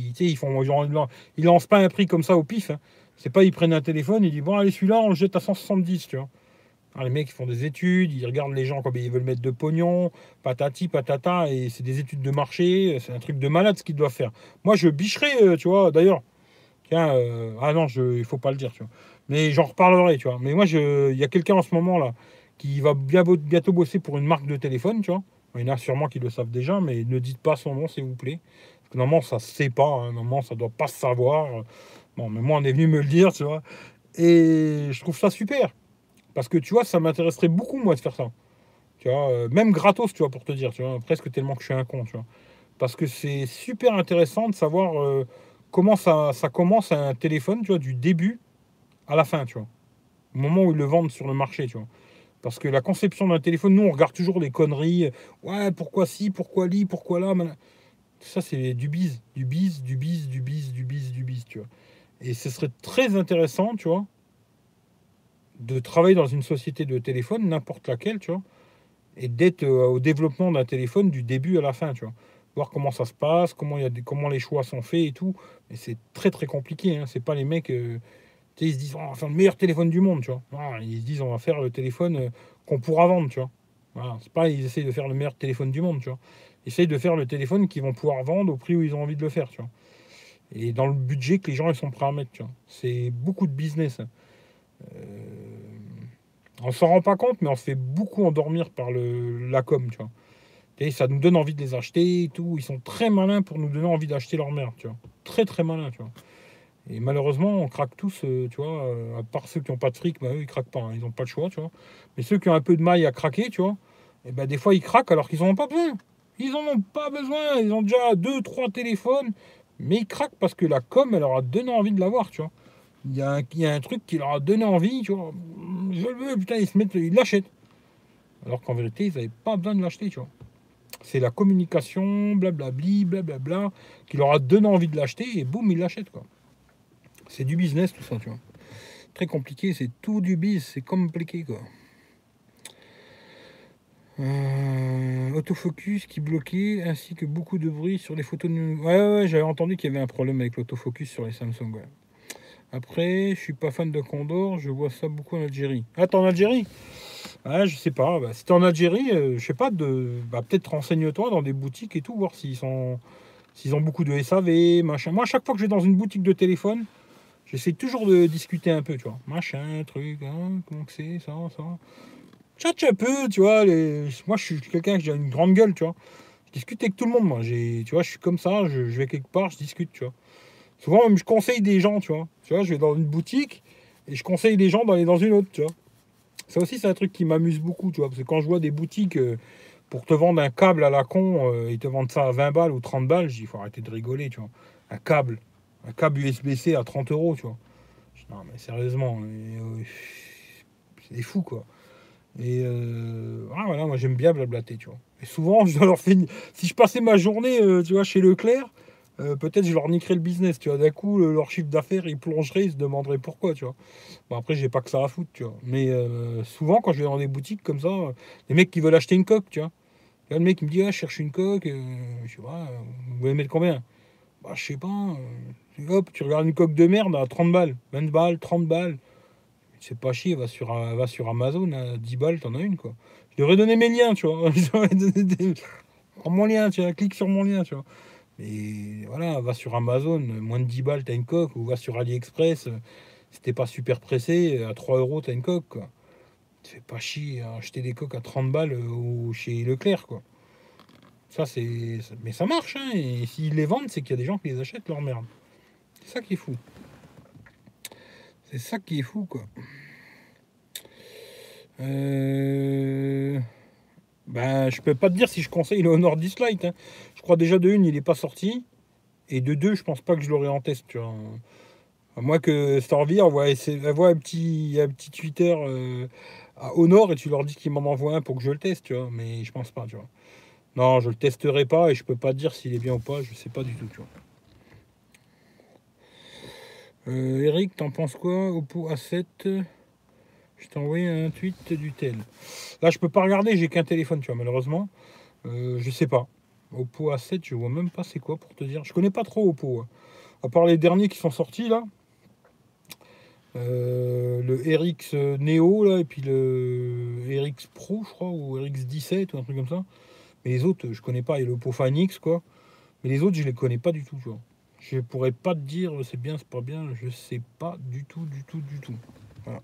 [SPEAKER 1] ils lancent pas un prix comme ça au pif. Hein. C'est pas, ils prennent un téléphone, ils disent, bon, allez, celui-là, on le jette à 170, tu vois. Alors, les mecs, ils font des études, ils regardent les gens comme ils veulent mettre de pognon, patati, patata, et c'est des études de marché, c'est un truc de malade ce qu'ils doivent faire. Moi, je bicherai, tu vois, d'ailleurs, tiens, ah non, il faut pas le dire, tu vois. Mais j'en reparlerai, tu vois. Mais moi, il y a quelqu'un en ce moment, là, qui va bientôt bosser pour une marque de téléphone, tu vois. Il y en a sûrement qui le savent déjà, mais ne dites pas son nom, s'il vous plaît. Parce que normalement, ça se sait pas, hein. Normalement, ça doit pas se savoir. Bon, mais moi, on est venu me le dire, tu vois. Et je trouve ça super. Parce que, tu vois, ça m'intéresserait beaucoup, moi, de faire ça. Tu vois, même gratos, tu vois, pour te dire, tu vois, presque tellement que je suis un con, tu vois. Parce que c'est super intéressant de savoir comment ça commence un téléphone, tu vois, du début à la fin, tu vois. Au moment où ils le vendent sur le marché, tu vois. Parce que la conception d'un téléphone, nous, on regarde toujours les conneries. Ouais, pourquoi ci, pourquoi li, pourquoi là. Tout ça, c'est du bise. Du bise, du bise, du bise, du bise, du bise, tu vois. Et ce serait très intéressant, tu vois, de travailler dans une société de téléphone, n'importe laquelle, tu vois, et d'être au développement d'un téléphone du début à la fin, tu vois. Voir comment ça se passe, comment les choix sont faits et tout. Mais c'est très très compliqué, hein. C'est pas les mecs, tu sais, ils se disent, oh, on va faire le meilleur téléphone du monde, tu vois. Voilà, ils se disent, on va faire le téléphone qu'on pourra vendre, tu vois. Voilà, c'est pas, ils essayent de faire le meilleur téléphone du monde, tu vois. Ils essayent de faire le téléphone qu'ils vont pouvoir vendre au prix où ils ont envie de le faire, tu vois. Et dans le budget que les gens ils sont prêts à mettre, tu vois. C'est beaucoup de business, hein. On s'en rend pas compte, mais on se fait beaucoup endormir par la com, tu vois. Et ça nous donne envie de les acheter et tout. Ils sont très malins pour nous donner envie d'acheter leur merde, tu vois. Très très malins, tu vois. Et malheureusement, on craque tous, tu vois. À part ceux qui n'ont pas de fric, bah, eux, ils craquent pas, hein. Ils n'ont pas le choix, tu vois. Mais ceux qui ont un peu de maille à craquer, tu vois, et ben, des fois, ils craquent alors qu'ils n'en ont pas besoin. Ils n'en ont pas besoin. Ils ont déjà deux, trois téléphones. Mais ils craquent parce que la com, elle leur a donné envie de l'avoir, tu vois. Il y a un truc qui leur a donné envie, tu vois. Je le veux, putain, ils l'achètent. Alors qu'en vérité, ils n'avaient pas besoin de l'acheter, tu vois. C'est la communication, blablabli, blablabla, qui leur a donné envie de l'acheter et boum, ils l'achètent, quoi. C'est du business, tout ça, tu vois. Très compliqué, c'est tout du business, c'est compliqué, quoi. Autofocus qui bloquait, ainsi que beaucoup de bruit sur les photos de... Ouais, j'avais entendu qu'il y avait un problème avec l'autofocus sur les Samsung, ouais. Après, je suis pas fan de Condor, je vois ça beaucoup en Algérie. Ah, t'es en Algérie? Ouais, je sais pas. Bah, si t'es en Algérie, je sais pas, peut-être renseigne-toi dans des boutiques et tout, voir s'ils ont beaucoup de SAV, machin. Moi, à chaque fois que je vais dans une boutique de téléphone, J'essaie toujours de discuter un peu, tu vois. Machin, truc, hein, comment que c'est, ça. Tchatche un peu, tu vois. Moi, je suis quelqu'un qui a une grande gueule, tu vois. Je discute avec tout le monde, moi. Tu vois, je suis comme ça, je vais quelque part, je discute, tu vois. Souvent, même, je conseille des gens, tu vois. Tu vois, je vais dans une boutique et je conseille des gens d'aller dans une autre, tu vois. Ça aussi, c'est un truc qui m'amuse beaucoup, tu vois. Parce que quand je vois des boutiques pour te vendre un câble à la con, ils te vendent ça à 20 balles ou 30 balles, je dis, il faut arrêter de rigoler, tu vois. Un câble. Un câble USB-C à 30 euros, tu vois. Je dis, non, mais sérieusement, c'est fou, quoi. Et voilà, moi j'aime bien blablater, tu vois. Et souvent, je leur fais si je passais ma journée, tu vois, chez Leclerc, peut-être je leur niquerais le business, tu vois. D'un coup, leur chiffre d'affaires, ils plongeraient, ils se demanderaient pourquoi, tu vois. Bon, après, j'ai pas que ça à foutre, tu vois. Mais souvent, quand je vais dans des boutiques comme ça, les mecs qui veulent acheter une coque, tu vois. Là, le mec il me dit, ah, je cherche une coque, je sais pas, vous voulez mettre combien? Bah, je sais pas. Hop, tu regardes une coque de merde à 30 balles, 20 balles, 30 balles. C'est pas chier, va sur Amazon, à 10 balles, t'en as une, quoi. Je devrais donner mes liens, tu vois. Je devrais donner prends mon lien, tu vois, clique sur mon lien, tu vois. Mais voilà, va sur Amazon, moins de 10 balles, t'as une coque, ou va sur AliExpress, si t'es pas super pressé, à 3 euros, t'as une coque, quoi. Tu fais pas chier à acheter des coques à 30 balles ou chez Leclerc, quoi. Ça, c'est. Mais ça marche, hein, et s'ils les vendent, c'est qu'il y a des gens qui les achètent, leur merde. C'est ça qui est fou. C'est ça qui est fou, quoi. Euh... Ben, je peux pas te dire si je conseille le Honor 10 Lite, hein. Je crois déjà de une, il est pas sorti. Et de deux, je pense pas que je l'aurai en test, tu vois. À moins que Starvie envoie un petit Twitter à Honor et tu leur dis qu'ils m'en envoient un pour que je le teste, tu vois. Mais je pense pas, tu vois. Non, je le testerai pas et je peux pas te dire s'il est bien ou pas, je sais pas du tout, tu vois. Eric, t'en penses quoi? Oppo A7, je t'ai envoyé un tweet du tel. Là, je peux pas regarder, j'ai qu'un téléphone, tu vois, malheureusement. Je sais pas. Oppo A7, je vois même pas c'est quoi pour te dire. Je connais pas trop Oppo, hein. À part les derniers qui sont sortis là. Le RX Neo là, et puis le RX Pro, je crois, ou RX 17 ou un truc comme ça. Mais les autres, je connais pas. Et le Oppo Find X, quoi. Mais les autres, je les connais pas du tout, tu vois. Je pourrais pas te dire c'est bien, c'est pas bien. Je sais pas du tout, du tout, du tout. Voilà.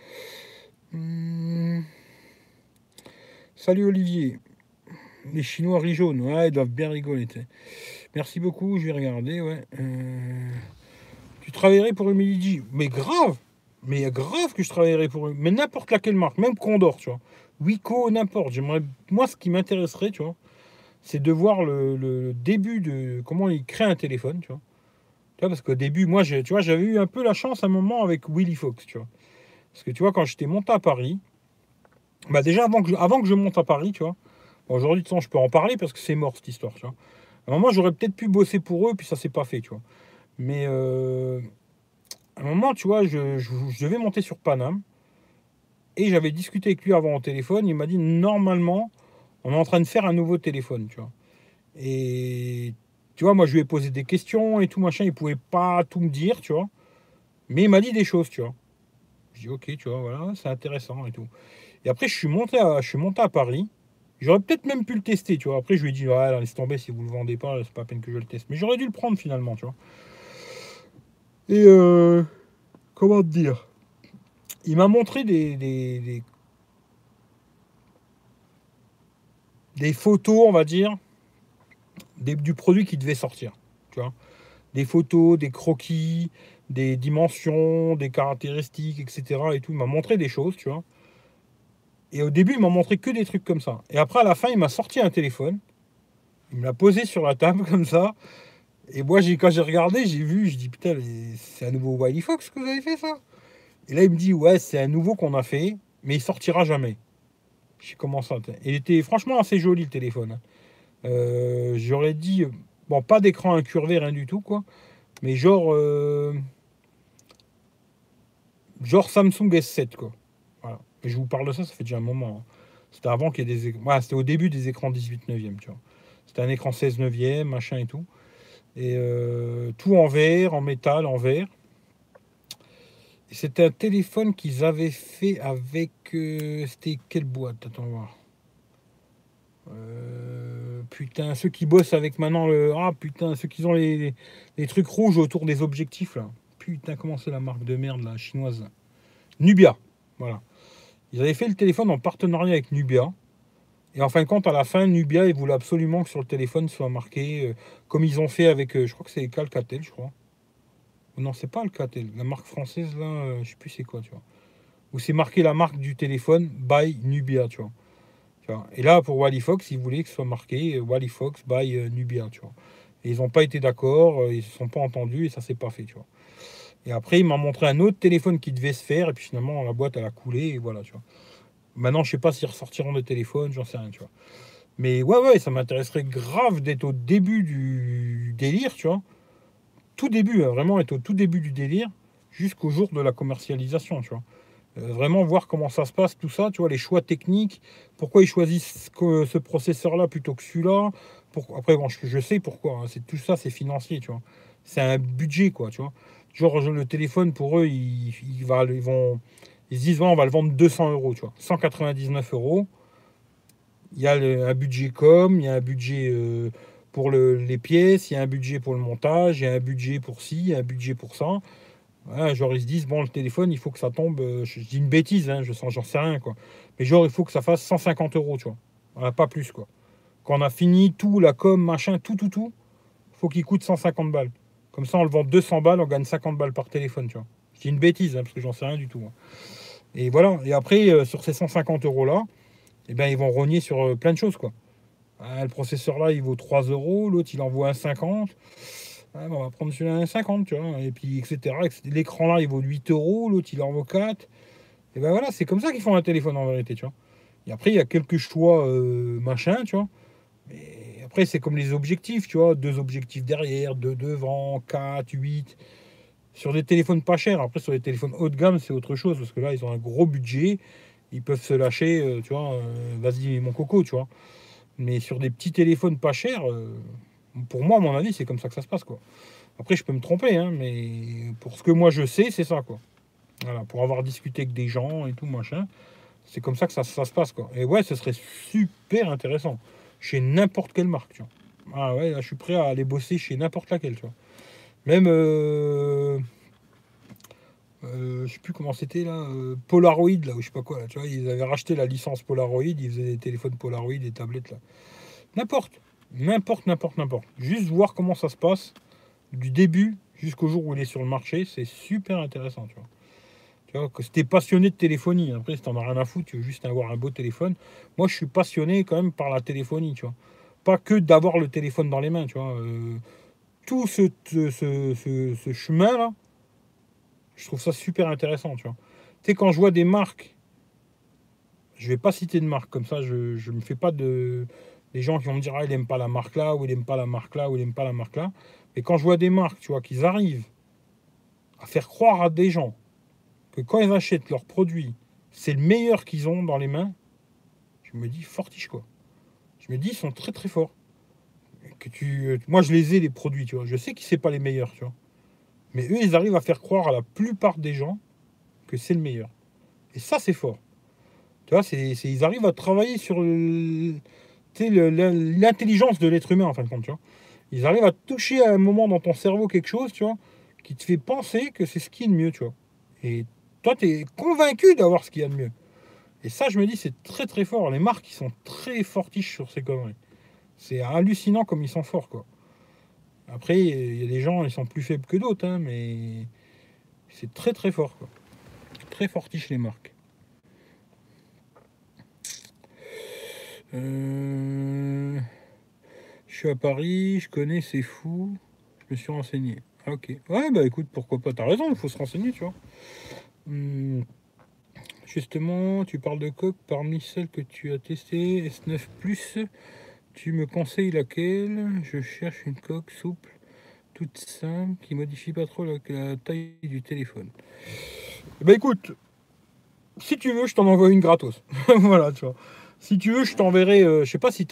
[SPEAKER 1] Salut Olivier. Les Chinois rient jaune. Ouais, ils doivent bien rigoler. T'sais. Merci beaucoup, je vais regarder, ouais. Tu travaillerais pour Emily. Mais grave! Mais grave que je travaillerais pour eux. Mais n'importe laquelle marque, même Condor, tu vois. Wiko, n'importe. J'aimerais. Moi, ce qui m'intéresserait, tu vois, c'est de voir le début de comment ils créent un téléphone, tu vois. Tu vois, parce qu'au début, moi, tu vois, j'avais eu un peu la chance à un moment avec Willy Fox, tu vois. Parce que tu vois, quand j'étais monté à Paris, bah déjà avant que je monte à Paris, tu vois. Bon, aujourd'hui, de toute façon, je peux en parler parce que c'est mort cette histoire, tu vois. À un moment, j'aurais peut-être pu bosser pour eux, puis ça s'est pas fait, tu vois. Mais à un moment, tu vois, je devais monter sur Paname. Et j'avais discuté avec lui avant au téléphone. Il m'a dit normalement, on est en train de faire un nouveau téléphone, tu vois. Et tu vois, moi je lui ai posé des questions et tout machin. Il pouvait pas tout me dire, tu vois. Mais il m'a dit des choses, tu vois. Je dis ok, tu vois, voilà, c'est intéressant et tout. Et après, je suis monté à Paris. J'aurais peut-être même pu le tester, tu vois. Après, je lui ai dit, ouais, laisse tomber, si vous le vendez pas, c'est pas la peine que je le teste. Mais j'aurais dû le prendre finalement, tu vois. Et comment te dire? Il m'a montré des photos, on va dire, du produit qui devait sortir. Tu vois, des photos, des croquis, des dimensions, des caractéristiques, etc. Et tout. Il m'a montré des choses, tu vois. Et au début, il m'a montré que des trucs comme ça. Et après, à la fin, il m'a sorti un téléphone. Il me l'a posé sur la table comme ça. Et moi, quand j'ai regardé, j'ai vu, je dis putain, c'est un nouveau Wiley Fox que vous avez fait ça. Et là, il me dit ouais, c'est un nouveau qu'on a fait, mais il sortira jamais. J'ai comment ça. Il était franchement assez joli le téléphone, hein. J'aurais dit, bon, pas d'écran incurvé, rien du tout, quoi. Mais genre Samsung S7, quoi. Voilà. Et je vous parle de ça, ça fait déjà un moment, hein. C'était avant qu'il y ait des écrans. Voilà, c'était au début des écrans 18 neuvième, tu vois. C'était un écran 16 neuvième, machin et tout. Et tout en verre, en métal, en verre. Et c'était un téléphone qu'ils avaient fait avec. C'était quelle boîte? Attends voir. Putain, ceux qui bossent avec maintenant le. Ah putain, ceux qui ont les trucs rouges autour des objectifs là. Putain, comment c'est la marque de merde, la chinoise? Nubia. Voilà. Ils avaient fait le téléphone en partenariat avec Nubia. Et en fin de compte, à la fin, Nubia, ils voulaient absolument que sur le téléphone soit marqué, comme ils ont fait avec, je crois que c'est Alcatel, je crois. Non, c'est pas Alcatel. La marque française, là, je sais plus c'est quoi, tu vois. Où c'est marqué la marque du téléphone, by Nubia, tu vois. Et là, pour Wally-Fox, ils voulaient que ce soit marqué Wally-Fox by Nubia, tu vois. Et ils n'ont pas été d'accord, ils ne se sont pas entendus et ça s'est pas fait, tu vois. Et après, il m'a montré un autre téléphone qui devait se faire et puis finalement, la boîte, elle a coulé et voilà, tu vois. Maintenant, je sais pas s'ils ressortiront de téléphone, j'en sais rien, tu vois. Mais ouais, ça m'intéresserait grave d'être au début du délire, tu vois. Tout début, hein, vraiment être au tout début du délire jusqu'au jour de la commercialisation, tu vois. Vraiment voir comment ça se passe, tout ça, tu vois, les choix techniques, pourquoi ils choisissent ce processeur-là plutôt que celui-là. Après, bon, je sais pourquoi, hein, c'est tout ça, c'est financier, tu vois. C'est un budget, quoi, tu vois. Genre, le téléphone, pour eux, ils se disent, ouais, on va le vendre 200 euros, tu vois, 199 euros. Il y a un budget com, il y a un budget pour les pièces, il y a un budget pour le montage, il y a un budget pour ci, il y a un budget pour ça. Voilà, genre ils se disent, bon, le téléphone, il faut que ça tombe, je dis une bêtise, hein, j'en sais rien, quoi. Mais genre, il faut que ça fasse 150 euros, tu vois. Voilà, pas plus, quoi. Quand on a fini tout, la com, machin, tout, il faut qu'il coûte 150 balles. Comme ça, on le vend 200 balles, on gagne 50 balles par téléphone, tu vois. Je dis une bêtise, hein, parce que j'en sais rien du tout, hein. Et voilà, et après, sur ces 150 euros-là, eh ben, ils vont rogner sur plein de choses, quoi. Ah, le processeur là, il vaut 3 euros, l'autre, il en vaut 1,50. Ah, on va prendre celui-là à 1,50, tu vois, et puis, etc. L'écran là, il vaut 8 euros, l'autre, il en vaut 4. Et ben voilà, c'est comme ça qu'ils font un téléphone en vérité, tu vois. Et après, il y a quelques choix machin, tu vois. Mais après, c'est comme les objectifs, tu vois. 2 objectifs derrière, 2 devant, 4, 8. Sur des téléphones pas chers. Après, sur les téléphones haut de gamme, c'est autre chose, parce que là, ils ont un gros budget. Ils peuvent se lâcher, tu vois, vas-y, mon coco, tu vois. Mais sur des petits téléphones pas chers, pour moi, à mon avis, c'est comme ça que ça se passe, quoi. Après, je peux me tromper, hein, mais pour ce que moi je sais, c'est ça, quoi. Voilà, pour avoir discuté avec des gens et tout, machin, c'est comme ça que ça se passe, quoi. Et ouais, ce serait super intéressant. Chez n'importe quelle marque, tu vois. Ah ouais, là, je suis prêt à aller bosser chez n'importe laquelle, tu vois. Même, je sais plus comment c'était, là, Polaroid, là, ou je sais pas quoi, là, tu vois. Ils avaient racheté la licence Polaroid, ils faisaient des téléphones Polaroid, des tablettes, là. N'importe. Juste voir comment ça se passe du début jusqu'au jour où il est sur le marché, c'est super intéressant, tu vois. Tu vois, que si t'es passionné de téléphonie, après si t'en as rien à foutre, tu veux juste avoir un beau téléphone. Moi, je suis passionné quand même par la téléphonie, tu vois. Pas que d'avoir le téléphone dans les mains, tu vois. Tout ce chemin-là, je trouve ça super intéressant, tu vois. Tu sais, quand je vois des marques, je vais pas citer de marque, comme ça, je me fais pas de... Les gens qui vont me dire, ah, il aime pas la marque là, ou il aime pas la marque là, ou il aime pas la marque là. Mais quand je vois des marques, tu vois, qu'ils arrivent à faire croire à des gens que quand ils achètent leurs produits, c'est le meilleur qu'ils ont dans les mains, je me dis fortiche, quoi. Je me dis, ils sont très très forts. Moi, je les ai, les produits, tu vois. Je sais que c'est pas les meilleurs, tu vois. Mais eux, ils arrivent à faire croire à la plupart des gens que c'est le meilleur. Et ça, c'est fort. Tu vois, ils arrivent à travailler sur l'intelligence de l'être humain, en fin de compte, tu vois. Ils arrivent à toucher à un moment dans ton cerveau quelque chose, tu vois, qui te fait penser que c'est ce qui est de mieux, tu vois. Et toi, tu es convaincu d'avoir ce qu'il y a de mieux. Et ça, je me dis, c'est très très fort. Les marques, ils sont très fortiches sur ces conneries. C'est hallucinant comme ils sont forts, quoi. Après, il y a des gens, ils sont plus faibles que d'autres, hein, mais c'est très très fort, quoi. Très fortiche les marques. Je suis à Paris, je connais, c'est fou. Je me suis renseigné. Ah, ok. Ouais, bah écoute, pourquoi pas. T'as raison, il faut se renseigner, tu vois. Justement, tu parles de coque parmi celles que tu as testées. S9 Plus, tu me conseilles laquelle? Je cherche une coque souple, toute simple, qui modifie pas trop la taille du téléphone. Bah écoute, si tu veux, je t'en envoie une gratos. Voilà, tu vois. Si tu veux, je t'enverrai, je sais pas si